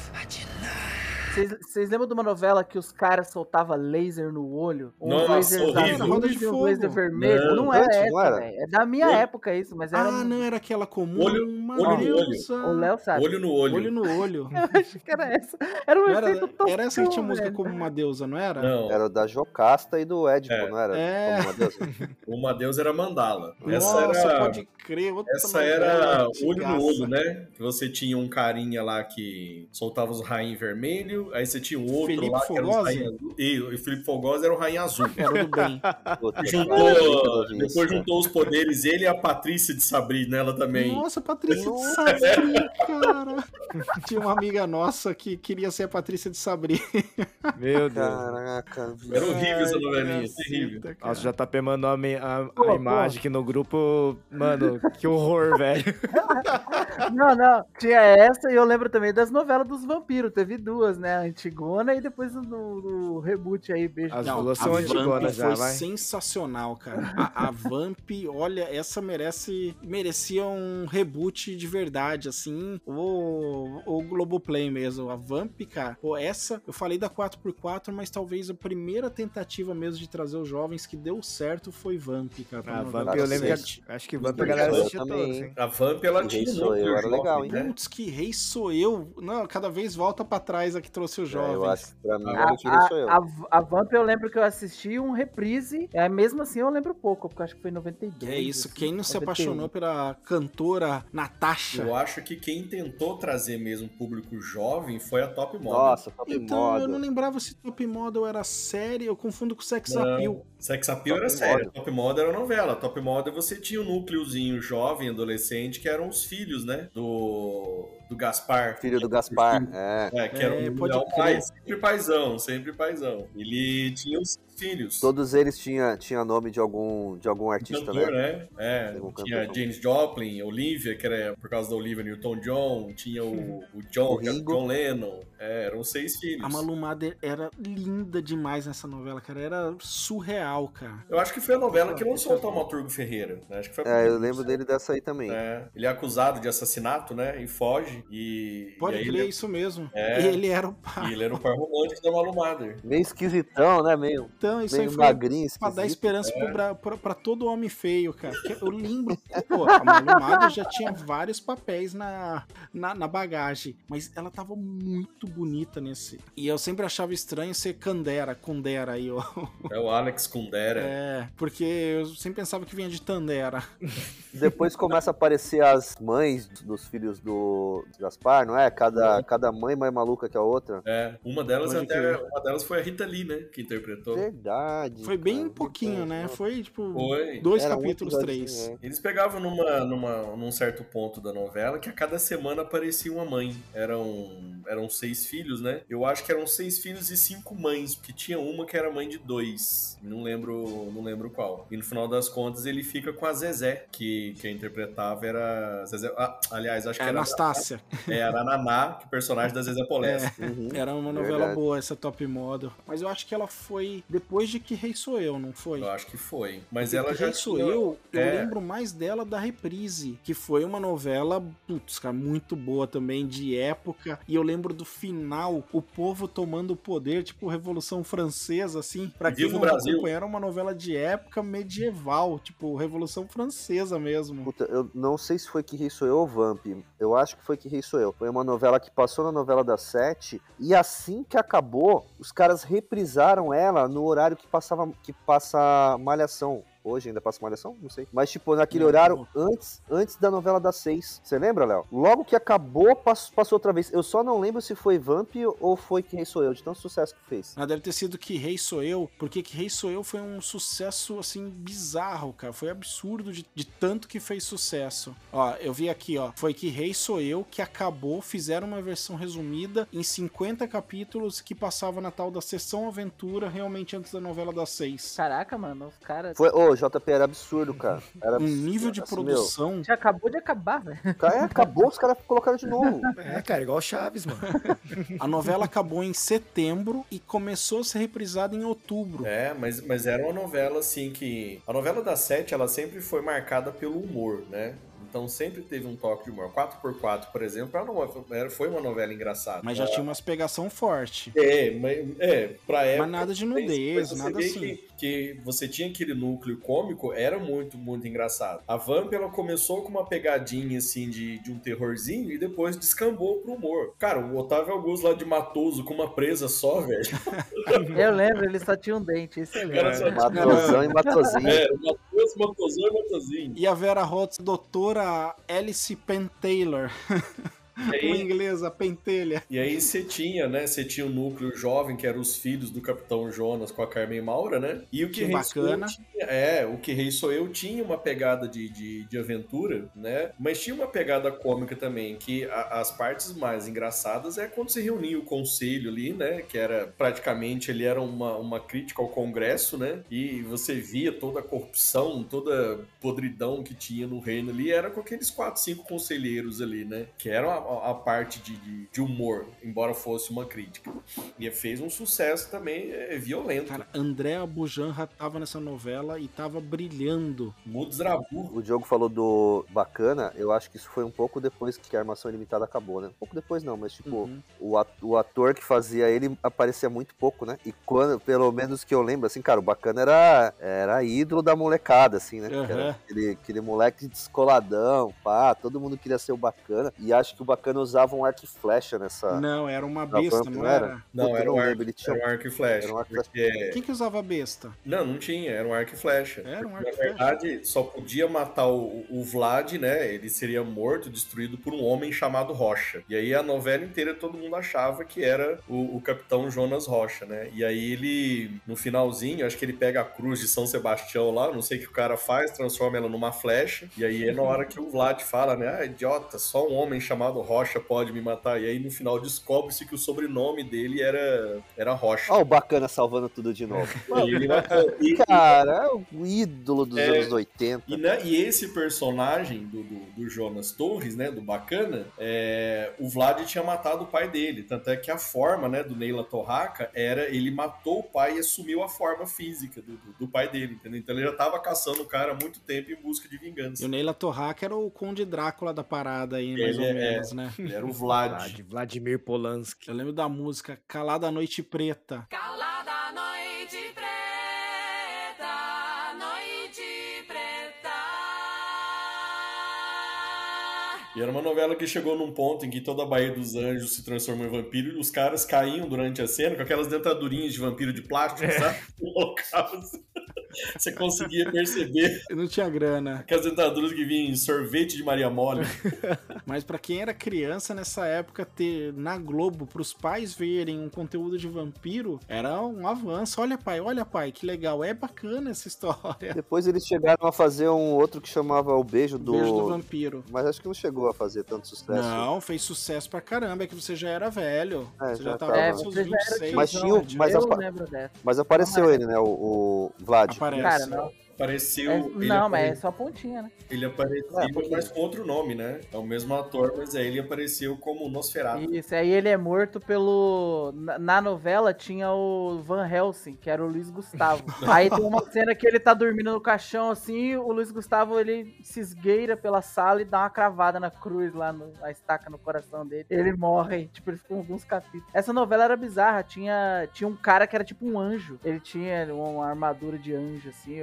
Vocês lembram de uma novela que os caras soltavam laser no olho? Nossa, laser horrível. Roda de e um Fogo. laser vermelho? Não Antes, era não essa, era? velho. É da minha época isso, mas era... Não era aquela comum. Olho no O Léo sabe. Olho no olho. Olho no olho. Eu acho que era essa. Era um Não era, efeito toscão, era essa que tinha música velho. como uma deusa, não era? Não, Era o da Jocasta e do Édipo, não era? É. Como uma deusa? uma deusa era Mandala. Nossa, pode crer. Outra Essa novela era antigaça. olho no olho, né? Que você tinha um carinha lá que soltava os rainhos vermelho, aí você tinha o outro Felipe lá que era os Fogosi? rainhos azul. E o Felipe Fogosi era o rainho azul. Era o do bem. Puta, Depois juntou os poderes, ele e a Patrícia de Sabri nela também. Nossa, Patrícia de Sabri, cara. Tinha uma amiga nossa que queria ser a Patrícia de Sabri. Meu Deus. Caraca, Era horrível essa novelinha, caceta, terrível. cara. Nossa, o JP mandou a imagem aqui no grupo. Mano, que horror, velho. Não. Tinha essa e eu lembro também das novelas dos vampiros. Teve duas, né? A Antigona e depois no reboot aí, beijo. As Não, duas são a Vamp antigonas já, foi vai. sensacional, cara. A Vamp, olha, essa merecia um reboot de verdade, assim, ou Globoplay mesmo. A Vamp, cara, pô, essa, eu falei da 4x4, mas talvez a primeira tentativa mesmo de trazer os jovens que deu certo foi Vamp, cara. A Novela Vamp, eu lembro que sete. acho que Vamp a galera Eu assistia também, todos, hein? hein? A Vamp, ela Que tinha Rei um Sou Eu, núcleo era legal, hein? jovem, né? Putz, que rei sou eu. Não, cada vez volta pra trás a que trouxe os jovens. Eu acho que pra mim era o que sou eu. A Vamp eu lembro que eu assisti um reprise, mesmo assim eu lembro pouco, porque eu acho que foi em 92. É isso, assim, quem não se 91. apaixonou pela cantora Natasha? Eu acho que quem tentou trazer mesmo público jovem foi a Top Model. Nossa, Top Então, Model. eu não lembrava se Top Model era série, eu confundo com Sex Appeal. Sex Appeal Top era sério, Model. Top Model era novela. Top Model você tinha um núcleozinho jovem, adolescente, que eram os filhos, né? Do Gaspar. Filho do Gaspar, Que era um pode crer. pai, sempre paizão. Ele tinha os filhos. Todos eles tinham nome de algum artista, Cantor, né? né? Algum Tinha cantor. James Joplin, Olivia, que era por causa da Olivia Newton-John, tinha o John, O que era o Ringo. John Lennon. Eram 6 filhos. A Malu Mader era linda demais nessa novela, cara. Era surreal, cara. Eu acho que foi a novela que lançou o Taumaturgo Ferreira. Né? Acho que foi a primeira. Eu lembro dele dessa aí também. Ele é acusado de assassinato, né? E foge. Pode e aí crer, ele, isso mesmo. É. Ele era o pai. E ele era o par romântico da Malu Mader. Meio esquisitão, né? Meio Então, isso meio aí foi magrinho, pra dar esquisito. esperança pra todo homem feio, cara. Porque eu lembro, pô, a Malu Mader já tinha vários papéis na bagagem, mas ela tava muito bonita nesse. E eu sempre achava estranho ser Kundera aí, ó. É o Alex Kundera. É, porque eu sempre pensava que vinha de Tandera. Depois começa a aparecer as mães dos filhos do Gaspar, não é? Cada mãe mais maluca que a outra. Uma delas Pode crer. uma delas foi a Rita Lee, né? Que interpretou. Verdade. Foi bem cara, pouquinho, verdade. né? Foi, tipo, Foi. 2 Era um capítulos, episódio, 3. Eles pegavam num certo ponto da novela que a cada semana aparecia uma mãe. Eram 6 filhos, né? Eu acho que eram 6 filhos e 5 mães, porque tinha uma que era mãe de 2. Não lembro qual. E no final das contas ele fica com a Zezé, que quem interpretava era Zezé. Aliás, acho que era Anastácia. Era a Naná, que é o personagem da Zezé Polessa. Era uma novela Verdade. boa, essa Top Model. Mas eu acho que ela foi depois de Que Rei Sou Eu, não foi? Eu acho que foi. Mas Porque ela Que já Rei Sou tinha... Eu lembro mais dela da Reprise, que foi uma novela, putz, cara, muito boa também, de época. E eu lembro do final, o povo tomando o poder, tipo Revolução Francesa, assim. Pra quem Viva o não Brasil. acompanhou, era uma novela de época medieval, tipo Revolução Francesa mesmo. Puta, eu não sei se foi Que Rei Sou Eu ou Vamp. Eu acho que foi Que Rei Sou Eu. Foi uma novela que passou na novela das 7 e assim que acabou, os caras reprisaram ela no horário que passa Malhação. hoje ainda passa Malhação, não sei. Mas, tipo, naquele horário, antes da novela das 6. Você lembra, Léo? Logo que acabou, passou outra vez. Eu só não lembro se foi Vamp ou foi Que Rei Sou Eu, de tanto sucesso que fez. Deve ter sido Que Rei Sou Eu, porque Que Rei Sou Eu foi um sucesso, assim, bizarro, cara. Foi absurdo de tanto que fez sucesso. Ó, eu vi aqui, ó. Foi Que Rei Sou Eu, que acabou, fizeram uma versão resumida em 50 capítulos que passava na tal da Sessão Aventura, realmente antes da novela das 6. Caraca, mano, os caras... JP, era absurdo, cara. Era absurdo, nível de produção... Já acabou de acabar, velho. Acabou, os caras colocaram de novo. Cara, igual Chaves, mano. A novela acabou em setembro e começou a ser reprisada em outubro. Mas era uma novela, assim, que... A novela das 7, ela sempre foi marcada pelo humor, né? Então sempre teve um toque de humor. 4x4, por exemplo, foi uma novela engraçada. Mas já tinha umas pegação forte. Pra época... Mas nada de nudez, nada assim. Que você tinha aquele núcleo cômico, era muito, muito engraçado. A Vamp, ela começou com uma pegadinha, assim, de um terrorzinho e depois descambou pro humor. Cara, o Otávio Augusto lá de Matoso com uma presa só, velho. Eu lembro, ele só tinha um dente, isso é mesmo. Matosão e Matozinho. Matosão e Matozinho. E a Vera Holtz, doutora Alice Penn Taylor. Aí, uma inglesa, pentelha. E aí você tinha, né? Você tinha o núcleo jovem, que eram os filhos do Capitão Jonas com a Carmen Maura, né? E o Que Rei Sou Eu tinha, o Que Rei Sou Eu tinha uma pegada de aventura, né? Mas tinha uma pegada cômica também, que as partes mais engraçadas é quando se reunia o conselho ali, né? Que era praticamente, ele era uma crítica ao Congresso, né? E você via toda a corrupção, toda a podridão que tinha no reino ali, era com aqueles 4, 5 conselheiros ali, né? Que eram a parte de humor, embora fosse uma crítica. E fez um sucesso também violento. Cara, André Bujanra tava nessa novela e tava brilhando. Mudos Rabu. O Diogo falou do Bacana, eu acho que isso foi um pouco depois que a Armação Ilimitada acabou, né? Um pouco depois não, mas tipo, o ator que fazia ele aparecia muito pouco, né? E quando, pelo menos que eu lembro, assim, cara, o Bacana era ídolo da molecada, assim, né? Era aquele moleque descoladão, pá, todo mundo queria ser o Bacana, e acho que o Bacana usava um arco e flecha nessa... Não, era uma besta, Vamp, não era? Não, era um arco e flecha. Era um arco e flecha. Porque... Quem que usava besta? Não tinha, era um arco e flecha. Era um arco e Na flecha. verdade, só podia matar o Vlad, né? Ele seria morto, destruído por um homem chamado Rocha. E aí a novela inteira todo mundo achava que era o Capitão Jonas Rocha, né? E aí ele, no finalzinho, acho que ele pega a cruz de São Sebastião lá, não sei o que o cara faz, transforma ela numa flecha. E aí é na hora que o Vlad fala, né? Ah, idiota, só um homem chamado Rocha pode me matar. E aí no final descobre-se que o sobrenome dele era Rocha. Ó, o Bacana salvando tudo de novo. Cara, é o ídolo dos anos 80. E esse personagem do Jonas Torres, né, do Bacana, o Vlad tinha matado o pai dele. Tanto é que a forma, né, do Neila Torraca ele matou o pai e assumiu a forma física do pai dele, entendeu? Então ele já tava caçando o cara há muito tempo em busca de vingança. E o Neila Torraca era o Conde Drácula da parada aí, mais ou menos, né? Ele era o Vlad. Vladimir Polanski. Eu lembro da música Calada Noite Preta. Calada noite preta, noite preta. E era uma novela que chegou num ponto em que toda a Baía dos Anjos se transformou em vampiro e os caras caíam durante a cena com aquelas dentadurinhas de vampiro de plástico, sabe? Você conseguia perceber. Eu não tinha grana. Aquelas dentaduras que vinham em sorvete de Maria Mole. Mas pra quem era criança nessa época, ter na Globo, pros pais verem um conteúdo de vampiro, era um avanço. Olha pai, que legal. É bacana essa história. Depois eles chegaram a fazer um outro que chamava O Beijo do Vampiro. Mas acho que não chegou a fazer tanto sucesso. Não, fez sucesso pra caramba. É que você já era velho. Você já tava tava. com seus 26. Mas tinha mas apareceu ele, né? O Vlad. Cara, não. Apareceu... mas é só pontinha, né? Ele apareceu, mas com outro nome, né? É o mesmo ator, mas aí ele apareceu como Nosferatu. Isso, aí ele é morto pelo... Na novela tinha o Van Helsing, que era o Luiz Gustavo. Aí tem uma cena que ele tá dormindo no caixão, assim, o Luiz Gustavo, ele se esgueira pela sala e dá uma cravada na cruz lá, a estaca no coração dele. Ele morre, tipo, ele ficou alguns capítulos. Essa novela era bizarra, tinha um cara que era tipo um anjo. Ele tinha uma armadura de anjo, assim, eu esqueci o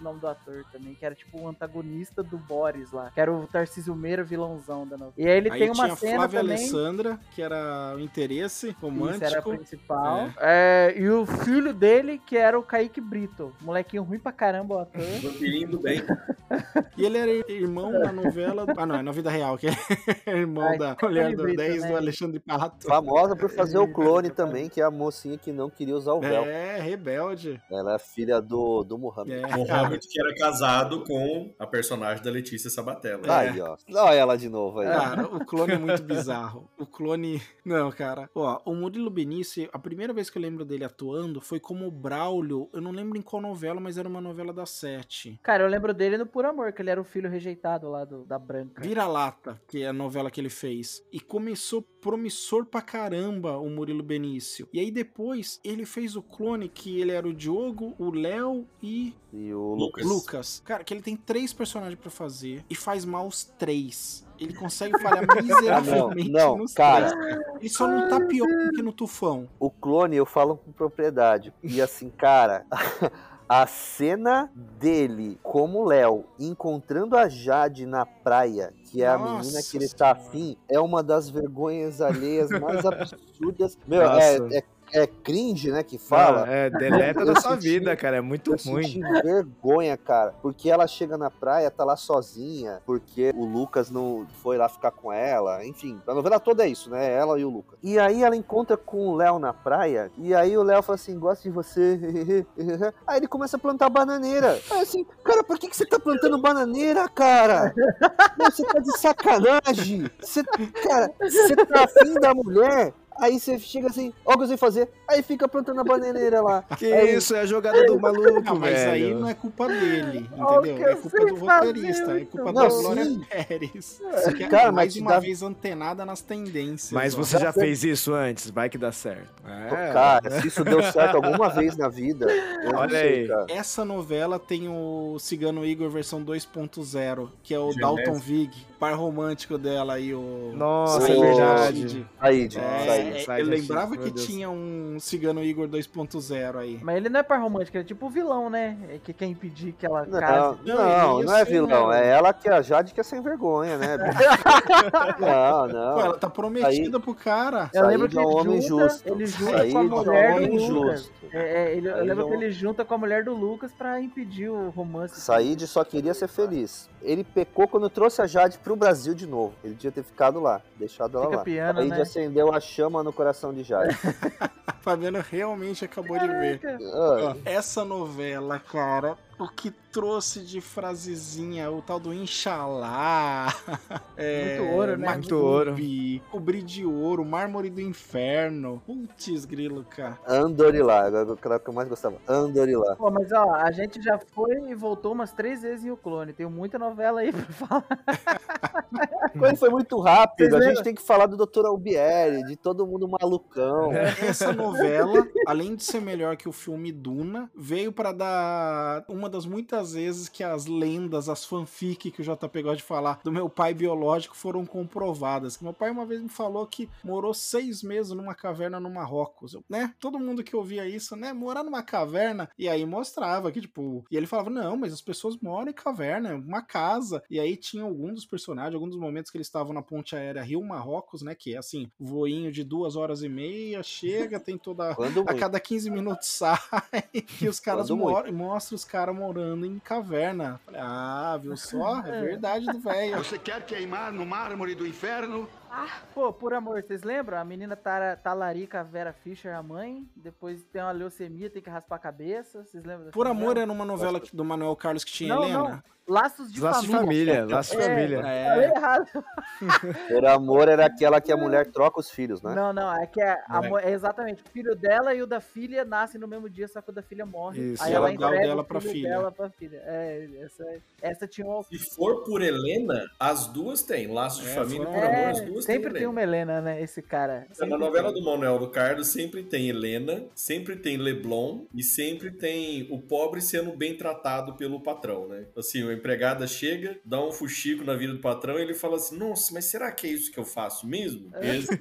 nome do ator também, que era tipo o antagonista do Boris lá, que era o Tarcísio Meira, vilãozão da novela. E aí ele tem uma tinha cena Flávia também... Alessandra, que era o interesse romântico. Isso era a principal. E o filho dele, que era o Kaique Brito. Molequinho ruim pra caramba, o ator. Vampirinho do bem. E ele era irmão na novela... Não, é na vida real, que é irmão da mulher do 10 do Alexandre Pato. Famosa por fazer o clone também, que é a mocinha que não queria usar o véu. É, rebelde. Ela é filha do Mohamed. Mohamed, que era casado com a personagem da Letícia Sabatella. Aí, ó. Olha ela de novo aí. Cara, o clone é muito bizarro. O clone... Não, cara. Ó, o Murilo Benício, a primeira vez que eu lembro dele atuando foi como Braulio. Eu não lembro em qual novela, mas era uma novela da 7. Cara, eu lembro dele no Por Amor, que ele era o filho rejeitado lá da Branca. Vira-Lata, que é a novela que ele fez. E começou promissor pra caramba o Murilo Benício. E aí depois ele fez o clone, que ele era o Diogo, o Léo e o Lucas. Cara, que ele tem 3 personagens pra fazer e faz mal os 3. Ele consegue falhar miseravelmente nos cara. 3. Ele só não tá pior do que no Tufão. O clone eu falo com propriedade. E assim, cara... A cena dele como Léo encontrando a Jade na praia, que é a menina que ele tá afim, é uma das vergonhas alheias mais absurdas. Meu, é cringe, né, que fala. Deleta da sua vida, cara, é muito ruim. Eu senti vergonha, cara, porque ela chega na praia, tá lá sozinha, porque o Lucas não foi lá ficar com ela, enfim, a novela toda é isso, né, ela e o Lucas. E aí ela encontra com o Léo na praia, e aí o Léo fala assim, gosto de você, aí ele começa a plantar bananeira. Aí assim, cara, por que você tá plantando bananeira, cara? Você tá de sacanagem, você tá afim da mulher? Aí você chega assim, ó o que eu sei fazer, aí fica plantando a bananeira lá. Que isso, é a jogada do maluco, mas velho. aí não é culpa dele, entendeu? É culpa do roteirista, é culpa da Glória Pérez. Que é cara, mais uma vez antenada nas tendências. Mas você já fez isso antes, vai que dá certo. Cara, se isso deu certo alguma vez na vida, olha aí. Cara. Essa novela tem o Cigano Igor versão 2.0, que é o Dalton Vig, par romântico dela aí, o... Nossa, é verdade. Saíde. Eu lembrava que tinha um Cigano Igor 2.0 aí. Mas ele não é par romântico, ele é tipo o vilão, né? Que quer impedir que ela case. Não é vilão, é ela que é a Jade que é sem vergonha, né? Não. Pô, ela tá prometida pro cara. Eu lembro que ele junta com a mulher do Lucas. Eu lembro que ele junta com a mulher do Lucas pra impedir o romance. Said só queria ser feliz. Ele pecou quando trouxe a Jade pro Brasil de novo. Ele devia ter ficado lá, deixado ela lá. Piano, Said né? acendeu a chama no coração de Jade. Fabiano realmente acabou de ver. Ó, essa novela, cara, o que trouxe de frasezinha, o tal do Inxalá, muito ouro, né? Muito ouro. Cobrir de ouro, mármore do inferno. Putz, grilo, cara. Andorilá, agora o que eu mais gostava. Andorilá. Pô, mas ó, a gente já foi e voltou umas 3 vezes em O Clone. Tem muita novela aí pra falar. Quando foi muito rápido, a gente tem que falar do Dr. Albieri, de todo mundo malucão. Essa novela, além de ser melhor que o filme Duna, veio pra dar uma das muitas vezes que as lendas, as fanfic que o JP gosta de falar do meu pai biológico foram comprovadas. Meu pai uma vez me falou que morou 6 meses numa caverna no Marrocos, né? Todo mundo que ouvia isso, né? Morar numa caverna, e aí mostrava que, tipo... E ele falava, não, mas as pessoas moram em caverna, é uma casa. E aí tinha algum dos personagens, alguns dos momentos que eles estavam na ponte aérea Rio-Marrocos, né? Que é assim, voinho de 2h30, chega, tem toda... a cada 15 minutos sai, e os caras mostram os caras morando em caverna. Falei, viu só? É verdade do velho. Você quer queimar no mármore do inferno? Pô, Por Amor, vocês lembram? A menina talarica a Vera Fischer, a mãe, depois tem uma leucemia, tem que raspar a cabeça, vocês lembram? Por Amor era numa novela do Manuel Carlos que tinha Helena? Não. Laços de Família. Laços de Família. Falei errado. Por Amor era aquela que a mulher troca os filhos, né? Não, é que é exatamente, o filho dela e o da filha nascem no mesmo dia, só que o da filha morre. Isso, aí ela entrega dá o dela o pra filho filha. dela pra filha. Essa tinha um... Se for por Helena, as duas têm. Laços de Família e Por Amor, as duas duas Sempre tem tem Helena. uma Helena, né? Esse cara. Na Sempre novela tem. do Manuel do Cardo sempre tem Helena, sempre tem Leblon e sempre tem o pobre sendo bem tratado pelo patrão, né? Assim, o empregada chega, dá um fuxico na vida do patrão e ele fala assim, nossa, mas será que é isso que eu faço mesmo?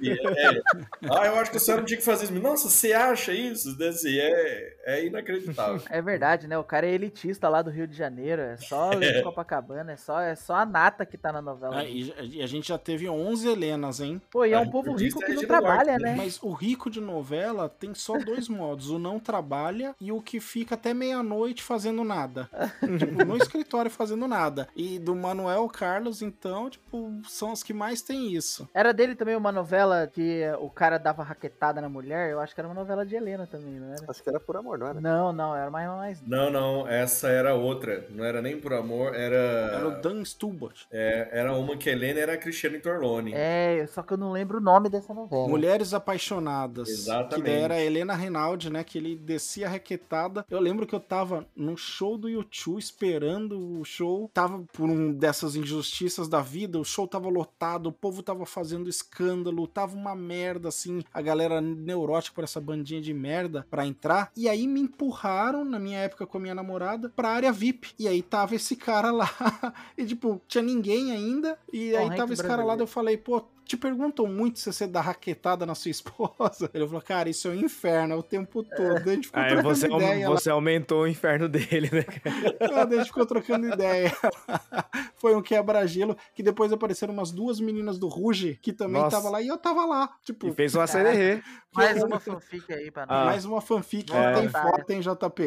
Eu acho que a senhora não tinha que fazer isso. Nossa, você acha isso? Assim, é inacreditável. É verdade, né? O cara é elitista lá do Rio de Janeiro, é só ler Copacabana, é só a nata que tá na novela. E a gente já teve 11 Helenas, hein? Pô, e é um povo rico que não trabalha, né? Mas o rico de novela tem só dois modos, o não trabalha e o que fica até meia-noite fazendo nada. Tipo, no escritório fazendo nada. E do Manuel Carlos, então, tipo, são os que mais tem isso. Era dele também uma novela que o cara dava raquetada na mulher, eu acho que era uma novela de Helena também, não era? Acho que era Por Amor, não era? Não, era mais... Não, essa era outra. Não era nem Por Amor, Era o Dan Stubart. Era uma que a Helena era a Cristiane Torlone. Só que eu não lembro o nome dessa novela. Mulheres Apaixonadas. Exatamente. Que daí era a Helena Reinaldi, né? Que ele descia raquetada. Eu lembro que eu tava no show do YouTube esperando o show. Tava por dessas injustiças da vida. O show tava lotado, o povo tava fazendo escândalo. Tava uma merda, assim. A galera neurótica por essa bandinha de merda pra entrar. E aí me empurraram, na minha época com a minha namorada, pra área VIP. E aí tava esse cara lá. E tipo, tinha ninguém ainda. E aí tava esse cara lá. Eu falei, pô, te perguntam muito se você dá raquetada na sua esposa. Ele falou, cara, isso é um inferno, é o tempo todo. A gente ficou trocando ideia. Você aumentou o inferno dele, né? A gente ficou trocando ideia. Foi um quebra-gelo, que depois apareceram umas duas meninas do Ruge, que também tava lá, e eu tava lá. Tipo, e fez uma sererê. Mais uma fanfic aí pra nós. Mais uma fanfic, tem foto, tem JP.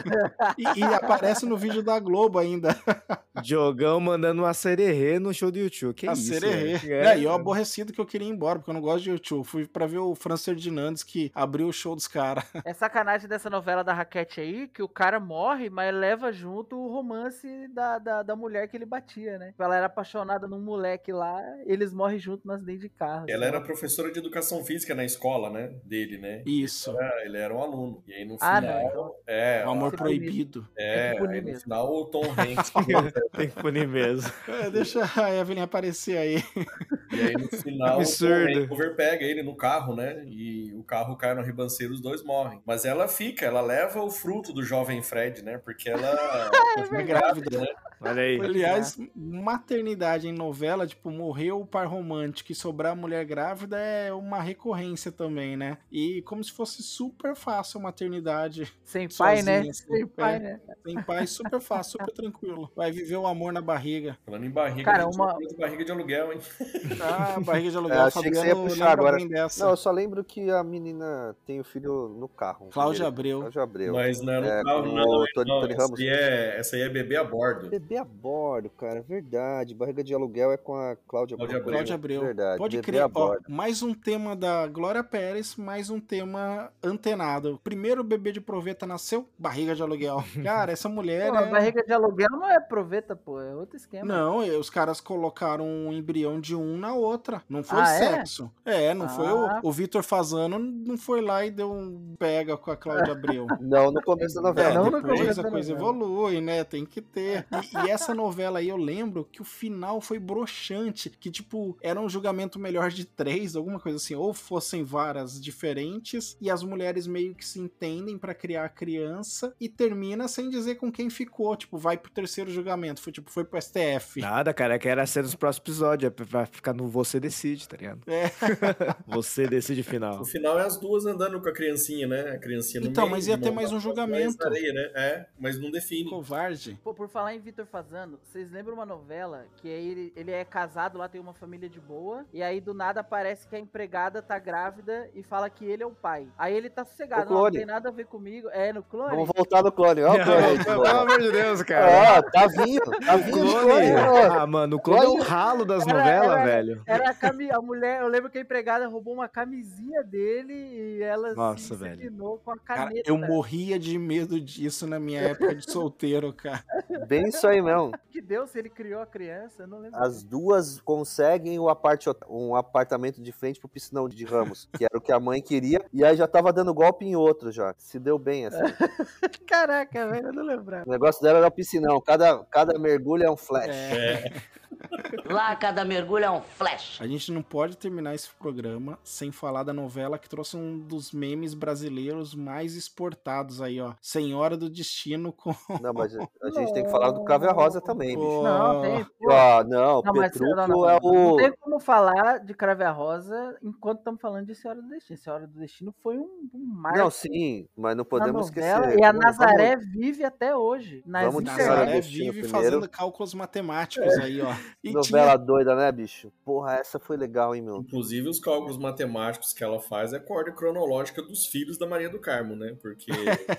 E aparece no vídeo da Globo ainda. Diogão mandando uma sererê no show do YouTube. Que isso? Sererê. E eu aborrecido que eu queria ir embora, porque eu não gosto de YouTube. Fui pra ver o Franz Ferdinandes, que abriu o show dos caras. É sacanagem dessa novela da Raquete aí, que o cara morre, mas leva junto o romance da mulher que ele batia, né? Ela era apaixonada num moleque lá, eles morrem junto no acidente de carro. Ela era professora de educação física na escola, né? Dele, né? Isso. Ele era um aluno. E aí no final... Não, então... o amor proibido. Aí no final o Tom Hanks... Tem que punir mesmo. Deixa a Evelyn aparecer aí. E aí no final absurdo. o Hangover pega ele no carro, né? E o carro cai no ribanceiro, os dois morrem. Mas ela leva o fruto do jovem Fred, né? Porque ela é grávida, né? Olha aí. Aliás, maternidade em novela, tipo, morreu o par romântico e sobrar a mulher grávida é uma recorrência também, né? E como se fosse super fácil a maternidade. Sem pai, sozinha, né? assim, Sem pai, né? Sem pai, super fácil, super tranquilo. Vai viver o amor na barriga. Falando em barriga, cara, barriga de aluguel, hein? Barriga de aluguel. Achei que você ia puxar agora. Não, eu só lembro que a menina tem o filho no carro. Cláudia Abreu. Mas não é no carro, não. Tony Ramos. Essa aí é Bebê a Bordo. Bebê a Bordo, cara, verdade. Barriga de aluguel é com a Cláudia Abreu. Verdade. Pode Bebê crer. a Bordo. Mais um tema da Glória Pérez, mais um tema antenado. Primeiro bebê de proveta nasceu, barriga de aluguel. Cara, essa mulher A barriga de aluguel não é proveta, pô, é outro esquema. Não, os caras colocaram um embrião de um na outra. Não foi sexo. Não foi o Vitor Fazano, não foi lá e deu um pega com a Cláudia Abreu. Não, no começo da novela. Depois a coisa evolui, né? Tem que ter. E essa novela aí, eu lembro que o final foi broxante, que tipo, era um julgamento melhor de 3, alguma coisa assim, ou fossem varas diferentes, e as mulheres meio que se entendem pra criar a criança, e termina sem dizer com quem ficou, tipo, vai pro terceiro julgamento, foi pro STF. Nada, cara, é que era ser nos próximos episódios, vai ficar no Você Decide, tá ligado? Você decide final. O final é as duas andando com a criancinha, né? A criancinha no então, meio, mas ia ter mais um julgamento. Areia, né? Mas não define. Covarde. Pô, por falar em Vitor Fazano, vocês lembram uma novela que ele é casado lá, tem uma família de boa, e aí do nada parece que a empregada tá grávida e fala que ele é o pai. Aí ele tá sossegado, não tem nada a ver comigo. No Clone. Vamos voltar no Clone, ó o Clone aí. Pelo amor de Deus, cara. Tá vindo. Mano, o Clone é o ralo das novelas, velho. Era a mulher, eu lembro que a empregada roubou uma camisinha dele e ela se ensinou com a caneta. Cara, eu morria de medo disso na minha época de solteiro, cara. Bem isso aí mesmo. Que Deus, se ele criou a criança, eu não lembro. As duas conseguem um apartamento de frente pro piscinão de Ramos, que era o que a mãe queria, e aí já tava dando golpe em outro já. Se deu bem assim. Caraca, velho, eu não lembrava. O negócio dela era o piscinão, cada mergulho é um flash. Lá cada mergulho é um flash. A gente não pode terminar esse programa sem falar da novela que trouxe um dos memes brasileiros mais exportados aí, ó. Senhora do Destino com... Não, mas a gente tem que falar do Cravo e a Rosa também, bicho. Não, tem. Não, Petrúquio é o... Não tem como falar de Cravo e a Rosa enquanto estamos falando de Senhora do Destino. Senhora do Destino foi um marco. Não, sim, mas não podemos esquecer. E a Nazaré vive até hoje. Vamos de Nazaré vive fazendo cálculos matemáticos aí, ó. E novela doida, né, bicho? Porra, essa foi legal, hein, meu? Inclusive, os cálculos matemáticos que ela faz é com a ordem cronológica dos filhos da Maria do Carmo, né? Porque...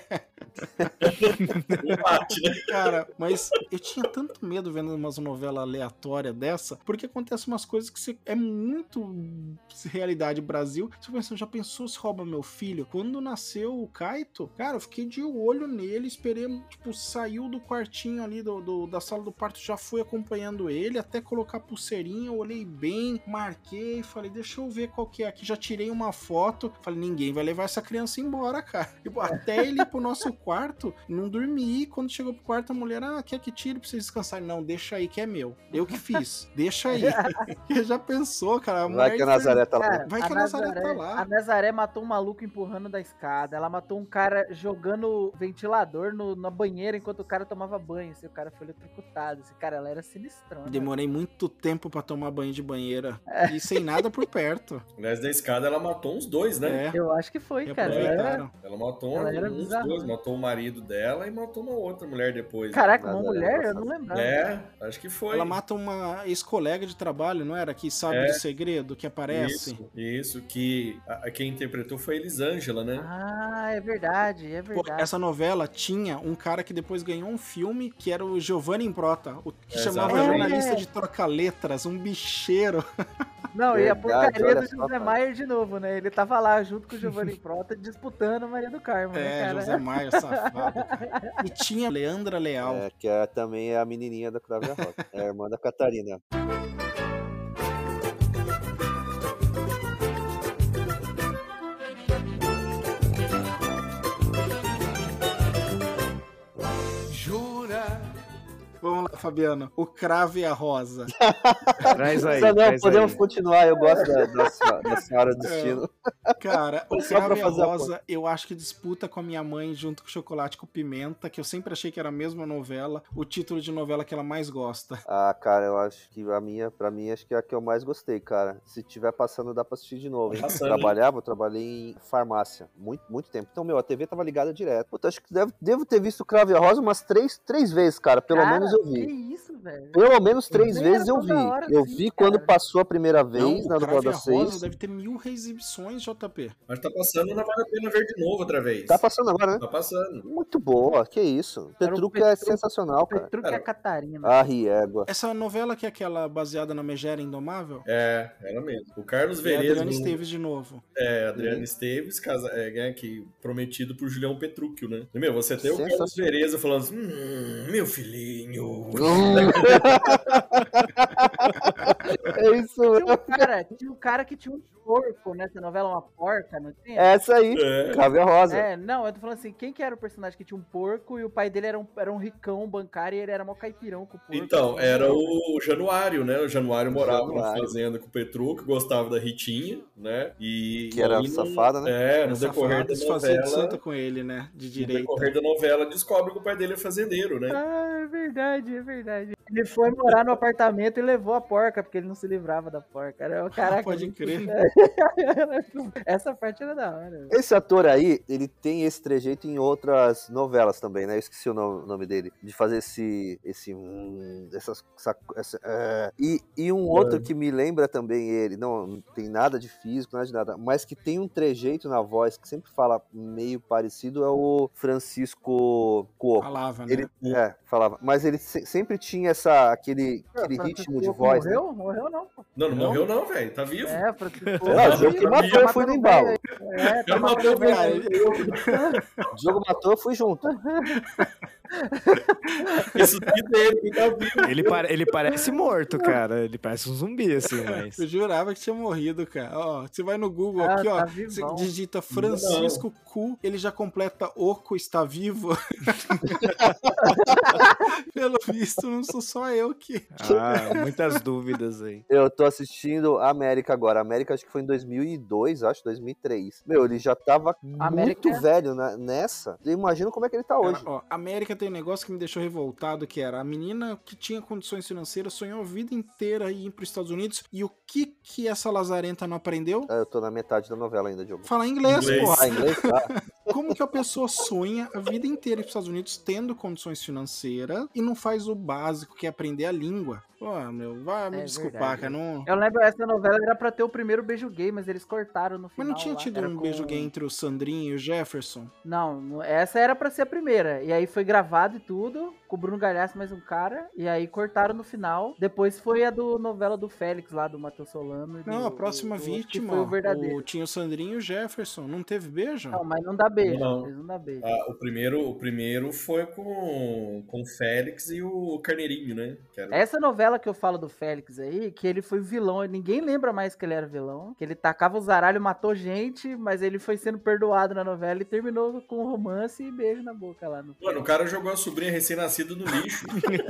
Empate, né? Cara, mas eu tinha tanto medo vendo umas novelas aleatórias dessa, porque acontece umas coisas que é muito realidade Brasil. Você pensa, já pensou se rouba meu filho? Quando nasceu o Kaito, cara, eu fiquei de olho nele, esperei, tipo, saiu do quartinho ali da sala do parto, já fui acompanhando ele, até colocar pulseirinha, eu olhei bem, marquei, falei, deixa eu ver qual que é aqui, já tirei uma foto, falei, ninguém vai levar essa criança embora, cara. Tipo, até ele ir pro nosso quarto, não dormi, quando chegou pro quarto, a mulher, quer que tire pra vocês descansarem? Não, deixa aí que é meu. Eu que fiz. Deixa aí. Já pensou, cara? Vai que a Nazaré tá lá. Vai que a Nazaré tá lá. A Nazaré matou um maluco empurrando da escada, ela matou um cara jogando ventilador na banheira enquanto o cara tomava banho. Esse cara foi eletrocutado. Esse cara, ela era sinistrona. Demorei muito tempo pra tomar banho de banheira. E sem nada por perto. Aliás, da escada ela matou uns dois, né? Eu acho que foi, cara. Ela matou uns dois. Matou o marido dela e matou uma outra mulher depois. Caraca, uma mulher? Eu não lembrava. Acho que foi. Ela mata uma ex-colega de trabalho, não era? Que sabe do segredo, que aparece. Isso, que quem interpretou foi a Elisângela, né? É verdade, Pô, essa novela tinha um cara que depois ganhou um filme, que era o Giovanni Improta, que chamava jornalista de troca-letras, um bicheiro. Não, e a porcaria do José Maier de novo, né? Ele tava lá junto com o Giovanni Prota disputando a Maria do Carmo, né, cara? José Maier, safado. E tinha Leandra Leal. Que também é a menininha da Cravo e a Rosa. É a irmã da Catarina. Vamos lá, Fabiano. O Cravo e a Rosa. Traz aí. Podemos continuar. Eu gosto da Senhora do Destino. Cara, o Cravo e a Rosa, eu acho que disputa com a minha mãe junto com Chocolate com Pimenta, que eu sempre achei que era a mesma novela, o título de novela que ela mais gosta. Cara, eu acho que pra mim, acho que é a que eu mais gostei, cara. Se tiver passando, dá pra assistir de novo, hein? Eu trabalhei em farmácia, muito tempo. Então, a TV tava ligada direto. Puta, acho que devo ter visto o Cravo e a Rosa umas três vezes, cara. Pelo menos eu vi. Que isso, velho? Pelo menos 3 vezes eu vi. Eu vi quando passou a primeira vez, na novela das 6. Deve ter 1000 reexibições, JP. Mas tá passando, não vale a pena ver de novo outra vez. Tá passando agora, né? Tá passando. Muito boa, que isso. Petrúquio é sensacional, cara. Petrúquio é Catarina. Riégua. Essa novela que é aquela baseada na Megera Indomável? Ela mesmo. O Carlos Vereza. Adriana Esteves de novo. Adriana Esteves, que prometido por Julião Petrúquio, né? E, você tem o Carlos Vereza falando assim, meu filhinho. É isso, tinha um cara que tinha um porco nessa novela, uma porca, não tinha? Essa aí, Cravo e a Rosa. Não, eu tô falando assim, quem que era o personagem que tinha um porco e o pai dele era um ricão bancário e ele era mó caipirão com o porco? Então, era o Januário, né? O Januário morava na fazenda com o Petrúquio, gostava da Ritinha, né? E que era safada, né? No decorrer da novela... de santa com ele, né? De direita. No decorrer da novela, descobre que o pai dele é fazendeiro, né? É verdade. Ele foi morar no apartamento e levou a porca, porque ele não se livrava da porca. Caraca, pode crer. Essa parte era da hora. Esse ator aí, ele tem esse trejeito em outras novelas também, né? Eu esqueci o nome dele. De fazer e um outro que me lembra também ele, não tem nada de físico, nada de nada, mas que tem um trejeito na voz que sempre fala meio parecido, é o Francisco Cuoco. Falava, né? Falava. Mas ele sempre tinha aquele ritmo de voz. Morreu? Né? Morreu não, pô. Não morreu não, velho. Tá vivo. O jogo que matou, eu fui no embalo. Tá matando, o jogo matou, eu fui junto. Ressuscita ele, que tá vivo. Ele parece morto, cara. Ele parece um zumbi, assim, mas... Eu jurava que tinha morrido, cara. Ó, você vai no Google aqui, ó. Você digita Francisco Cu, ele já completa Oco está vivo. Pelo visto, não sou só eu que... muitas dúvidas aí. Eu tô assistindo a América agora. A América acho que foi em 2002, acho, 2003. Meu, ele já tava muito velho nessa. Eu imagino como é que ele tá hoje. Ó, a América tem um negócio que me deixou revoltado, que era a menina que tinha condições financeiras, sonhou a vida inteira em ir pros Estados Unidos, e o que essa lazarenta não aprendeu? Eu tô na metade da novela ainda, Diogo. Falar inglês, porra. Inglês, tá. Como que a pessoa sonha a vida inteira ir pros Estados Unidos tendo condições financeiras e não faz o básico, que é aprender a língua? Pô, meu, vai me desculpar, cara. Não... Eu lembro, essa novela era pra ter o primeiro beijo gay, mas eles cortaram no final. Mas não tinha tido um beijo gay entre o Sandrinho e o Jefferson? Não, essa era pra ser a primeira. E aí foi gravado e tudo, com o Bruno Galhaço mais um cara, e aí cortaram no final. Depois foi a novela do Félix lá, do Matheus Solano. Não, a próxima vítima, foi o verdadeiro. Tinha o Sandrinho e o Jefferson. Não teve beijo? Não, mas não dá beijo. Não dá beijo. O primeiro foi com o Félix e o Carneirinho, né? Essa novela que eu falo do Félix aí, que ele foi vilão, ninguém lembra mais que ele era vilão, que ele tacava o zaralho, matou gente, mas ele foi sendo perdoado na novela e terminou com romance e beijo na boca lá. Mano, o cara jogou a sobrinha recém-nascida no lixo.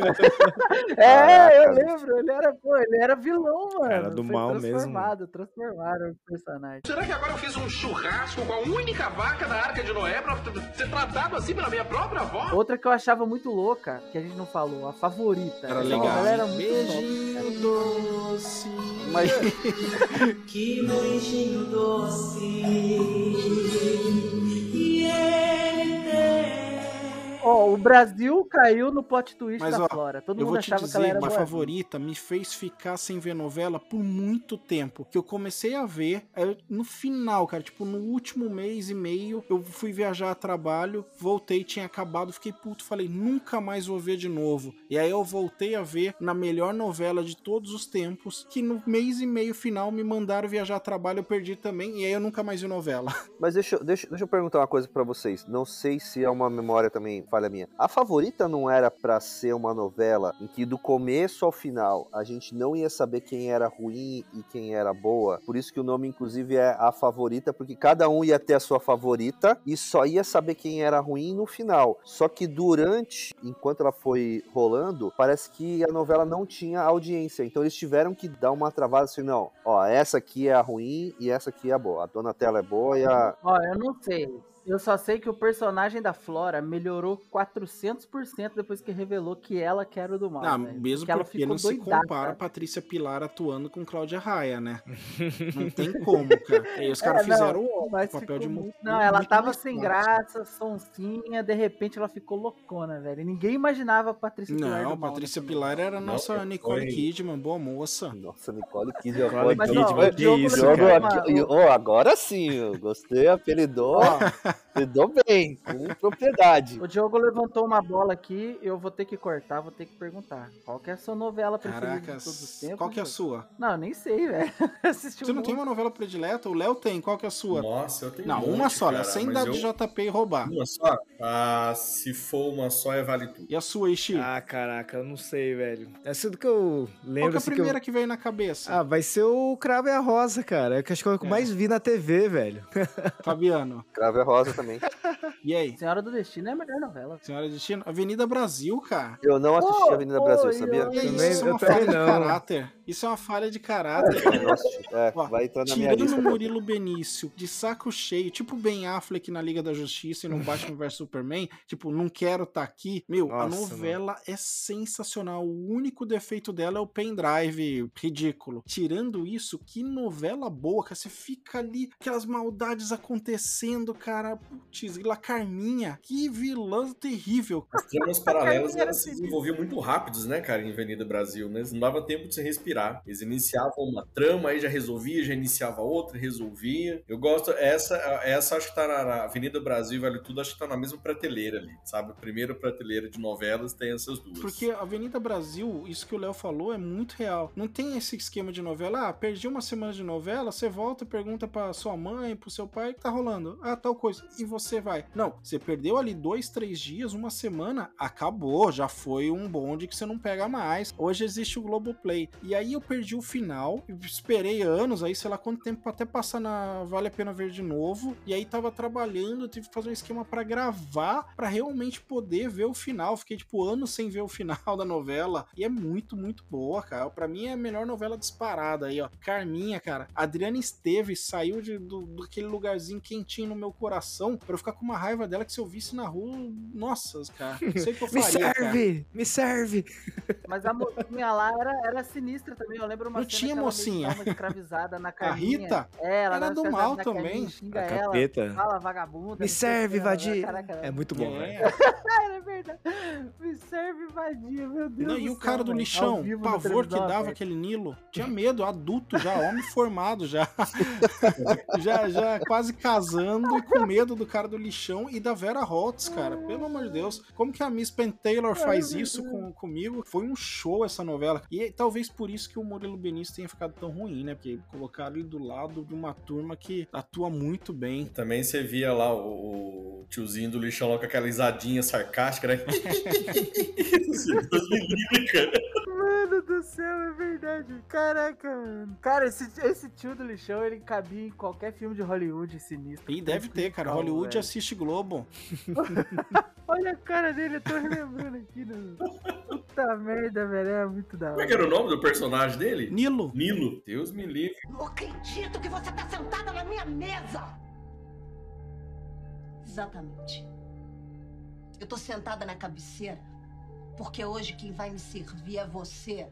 Eu lembro, ele era vilão, mano. Era do mal mesmo. Transformaram o personagem. Será que agora eu fiz um churrasco com a única vaca da Arca de Noé pra ser tratado assim pela minha própria avó? Outra que eu achava muito louca, que a gente não falou, a Favorita. Era legal. Ela era muito beijinho doce. Mas... Que beijinho doce. E ele tem. O Brasil caiu no plot twist da Flora. Todo mundo vou te achava dizer, que ela era uma boa. Favorita me fez ficar sem ver novela por muito tempo. Que eu comecei a ver, no final, cara, tipo, no último mês e meio, eu fui viajar a trabalho, voltei, tinha acabado, fiquei puto, falei, nunca mais vou ver de novo. E aí eu voltei a ver na melhor novela de todos os tempos, que no mês e meio final me mandaram viajar a trabalho, eu perdi também, e aí eu nunca mais vi novela. Mas deixa eu perguntar uma coisa pra vocês. Não sei se é uma memória também falha minha. A Favorita não era pra ser uma novela em que do começo ao final a gente não ia saber quem era ruim e quem era boa? Por isso que o nome inclusive é A Favorita, porque cada um ia ter a sua favorita e só ia saber quem era ruim no final. Só que enquanto ela foi rolando, parece que a novela não tinha audiência. Então eles tiveram que dar uma travada assim, não, essa aqui é a ruim e essa aqui é a boa. A Donatella é boa e a... eu não sei. Eu só sei que o personagem da Flora melhorou 400% depois que revelou que ela que era o do mal. Não, velho. mesmo porque não se compara a Patrícia Pilar atuando com Cláudia Raia, né? Não tem como, cara. E os caras fizeram o papel de... Não, ela tava sem graça, sonsinha, de repente ela ficou loucona, velho. E ninguém imaginava a Patrícia Pilar do mal. Não, a Patrícia Pilar era a nossa Nicole Kidman, boa moça. Nossa, Nicole Kidman. Que isso, cara? Agora sim, eu gostei, apelidou. Lidou bem, com propriedade. O Diogo levantou uma bola aqui, eu vou ter que cortar, vou ter que perguntar. Qual que é a sua novela preferida de todos os tempos? Qual que é a sua? Não, nem sei, velho. Você não tem uma novela predileta? O Léo tem, qual que é a sua? Nossa, eu tenho Não, uma só, cara, sem dar de JP e roubar. Uma só? Se for uma só, Vale Tudo. E a sua, Ixi? Caraca, eu não sei, velho. Essa do que eu lembro. Qual que é a primeira que veio na cabeça? Vai ser o Cravo e a Rosa, cara. É que acho que é o que eu mais vi na TV, velho. Fabiano. Cravo e a Rosa também. E aí? Senhora do Destino é a melhor novela. Senhora do Destino? Avenida Brasil, cara. Eu não assisti a Avenida Brasil, sabia? Isso é uma falha de caráter. Isso é uma falha de caráter. Vai entrar na minha lista. Tirando o Murilo Benício de saco cheio, tipo Ben Affleck na Liga da Justiça e no Batman vs Superman, tipo, não quero tá aqui. A novela é sensacional. O único defeito dela é o pendrive ridículo. Tirando isso, que novela boa, cara. Você fica ali, aquelas maldades acontecendo, cara. Putz, La Carminha, que vilã terrível. As tramas paralelas, elas se desenvolviam muito rápidos, né, cara, em Avenida Brasil, né? Não dava tempo de se respirar. Eles iniciavam uma trama, aí já resolvia, já iniciava outra, resolvia. Eu gosto, essa acho que tá na Avenida Brasil e Vale Tudo, acho que tá na mesma prateleira ali, sabe? A primeira prateleira de novelas tem essas duas. Porque a Avenida Brasil, isso que o Léo falou, é muito real. Não tem esse esquema de novela, perdi uma semana de novela, você volta, pergunta pra sua mãe, pro seu pai, o que tá rolando? Tal coisa. E você vai. Não, Não, você perdeu ali 2, 3 dias, uma semana, acabou, já foi um bonde que você não pega mais. Hoje existe o Globoplay. E aí eu perdi o final, esperei anos, aí sei lá quanto tempo até passar na Vale a Pena Ver de novo. E aí tava trabalhando, eu tive que fazer um esquema pra gravar, pra realmente poder ver o final. Fiquei tipo anos sem ver o final da novela. E é muito, muito boa, cara. Pra mim é a melhor novela disparada aí, ó. Carminha, cara. Adriana Esteves saiu daquele lugarzinho quentinho no meu coração pra eu ficar com uma raiva dela que se eu visse na rua, nossa, cara, não sei o que eu faria, Me serve! Mas a mocinha lá era sinistra também, eu lembro uma não tinha mocinha. Escravizada na A Carminha. Rita? Ela era do mal também. Xinga A ela, capeta. fala vagabunda. Me serve, vadia. Caraca, É muito bom, velho. É verdade. Me serve, vadia, meu Deus não, do e o céu, cara do véio. lixão, o pavor que dava véio. aquele Nilo. Tinha medo, adulto já, homem formado já. já quase casando e com medo do cara do lixão e da Vera Holtz, cara. Pelo amor de Deus. Como que a Miss Penn Taylor faz isso comigo? Foi um show essa novela. E talvez por isso que o Murilo Benício tenha ficado tão ruim, né? Porque colocaram ele do lado de uma turma que atua muito bem. Também você via lá o tiozinho do lixão lá com aquela risadinha sarcástica, né? Deus me livre, cara. Mano do céu, é verdade. Caraca, mano. Cara, esse tio do lixão, ele cabia em qualquer filme de Hollywood sinistro. E deve ter, cara. Hollywood velho. Assiste Globo. Olha a cara dele, eu tô relembrando aqui. Puta merda, velho. É muito da hora. Como é que era o nome do personagem dele? Nilo. Nilo. Deus me livre. Não acredito que você tá sentada na minha mesa. Exatamente. Eu tô sentada na cabeceira porque hoje quem vai me servir é você.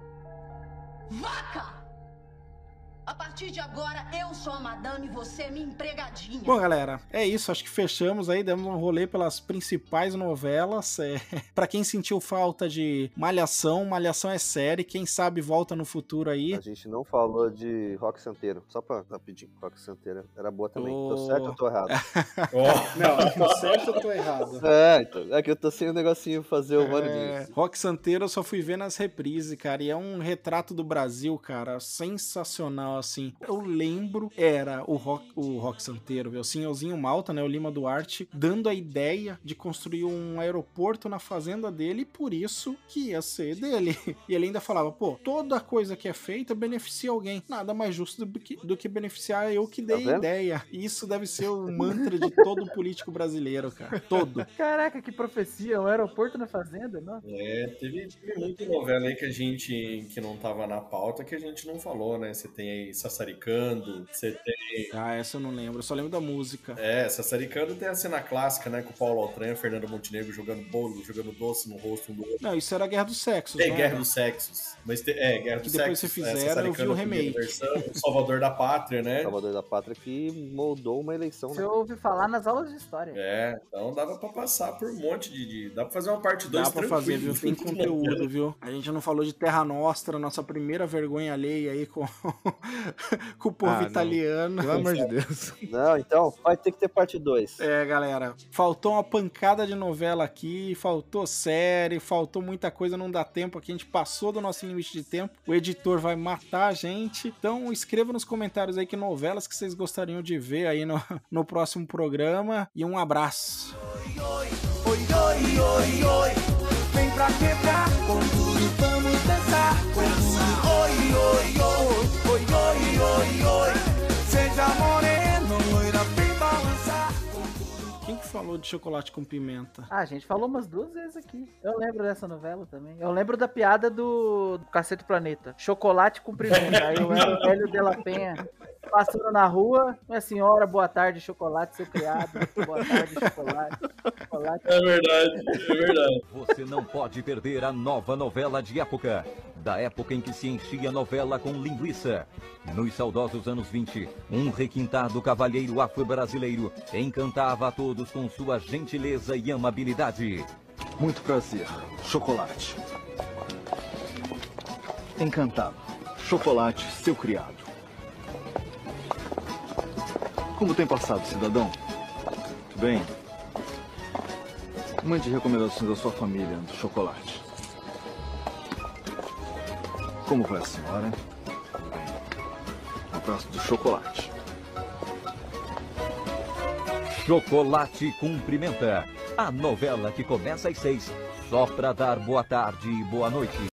Vaca! A partir de agora, eu sou a madame e você é minha empregadinha. Bom, galera, é isso. Acho que fechamos aí, demos um rolê pelas principais novelas. Pra quem sentiu falta de Malhação, Malhação é série. Quem sabe volta no futuro aí. A gente não falou de Rock Santeiro. Só pra rapidinho, Rock Santeiro era boa também. Tô certo ou tô errado? Não, tô certo ou tô errado? Então, é que eu tô sem o negocinho fazer o barulhinho. Rock Santeiro eu só fui ver nas reprises, cara. E é um retrato do Brasil, cara, sensacional. Assim, eu lembro, era o Rock Santeiro, o Senhorzinho Malta, né, o Lima Duarte, dando a ideia de construir um aeroporto na fazenda dele, e por isso que ia ser dele. E ele ainda falava, pô, toda coisa que é feita beneficia alguém. Nada mais justo do que beneficiar eu que dei a ideia. E isso deve ser o mantra de todo político brasileiro, cara. Todo. Caraca, que profecia, um aeroporto na fazenda, não? Teve muita novela aí que não tava na pauta que a gente não falou, né? Você tem aí Sassaricando, você tem... essa eu não lembro, eu só lembro da música. Sassaricando tem a cena clássica, né, com o Paulo Altran, Fernando Montenegro jogando bolo, jogando doce no rosto um do outro. Não, isso era Guerra dos Sexos, né? Guerra dos Sexos. Mas Guerra dos Sexos. Depois você fizeram, eu vi o remake. Versão, Salvador da Pátria, né? Salvador da Pátria que moldou uma eleição. Você ouve falar nas aulas de história. Então dava pra passar por um monte de... Dá pra fazer uma parte 2 tranquilo. Dá pra fazer, viu? Tem conteúdo, viu? A gente não falou de Terra Nostra, nossa primeira vergonha alheia aí com o povo italiano. Pelo amor de Deus. Não, então vai ter que ter parte 2. Galera, faltou uma pancada de novela aqui, faltou série, faltou muita coisa, não dá tempo aqui, a gente passou do nosso limite de tempo, o editor vai matar a gente, então escreva nos comentários aí que novelas que vocês gostariam de ver aí no próximo programa, e um abraço. Oi, oi, oi, oi, vem pra quebrar, com tudo vamos dançar, com tudo, oi, oi, oi, oi, oi, oi, oi, seja moreno, loira, vem balançar. Quem que falou de chocolate com pimenta? A gente falou umas 2 vezes aqui. Eu lembro dessa novela também. Eu lembro da piada do Cacete Planeta. Chocolate com pimenta. Aí eu era o velho de la Penha passando na rua. Minha senhora, boa tarde, chocolate, seu criado. Boa tarde, chocolate. É verdade. Você não pode perder a nova novela de época. Da época em que se enchia a novela com linguiça. Nos saudosos anos 20, um requintado cavalheiro afro-brasileiro encantava a todos com sua gentileza e amabilidade. Muito prazer, Chocolate. Encantado. Chocolate, seu criado. Como tem passado, cidadão? Muito bem. Mande recomendações da sua família do Chocolate. Como vai a senhora? Um abraço do Chocolate. Chocolate Cumprimenta. A novela que começa às 6, só pra dar boa tarde e boa noite.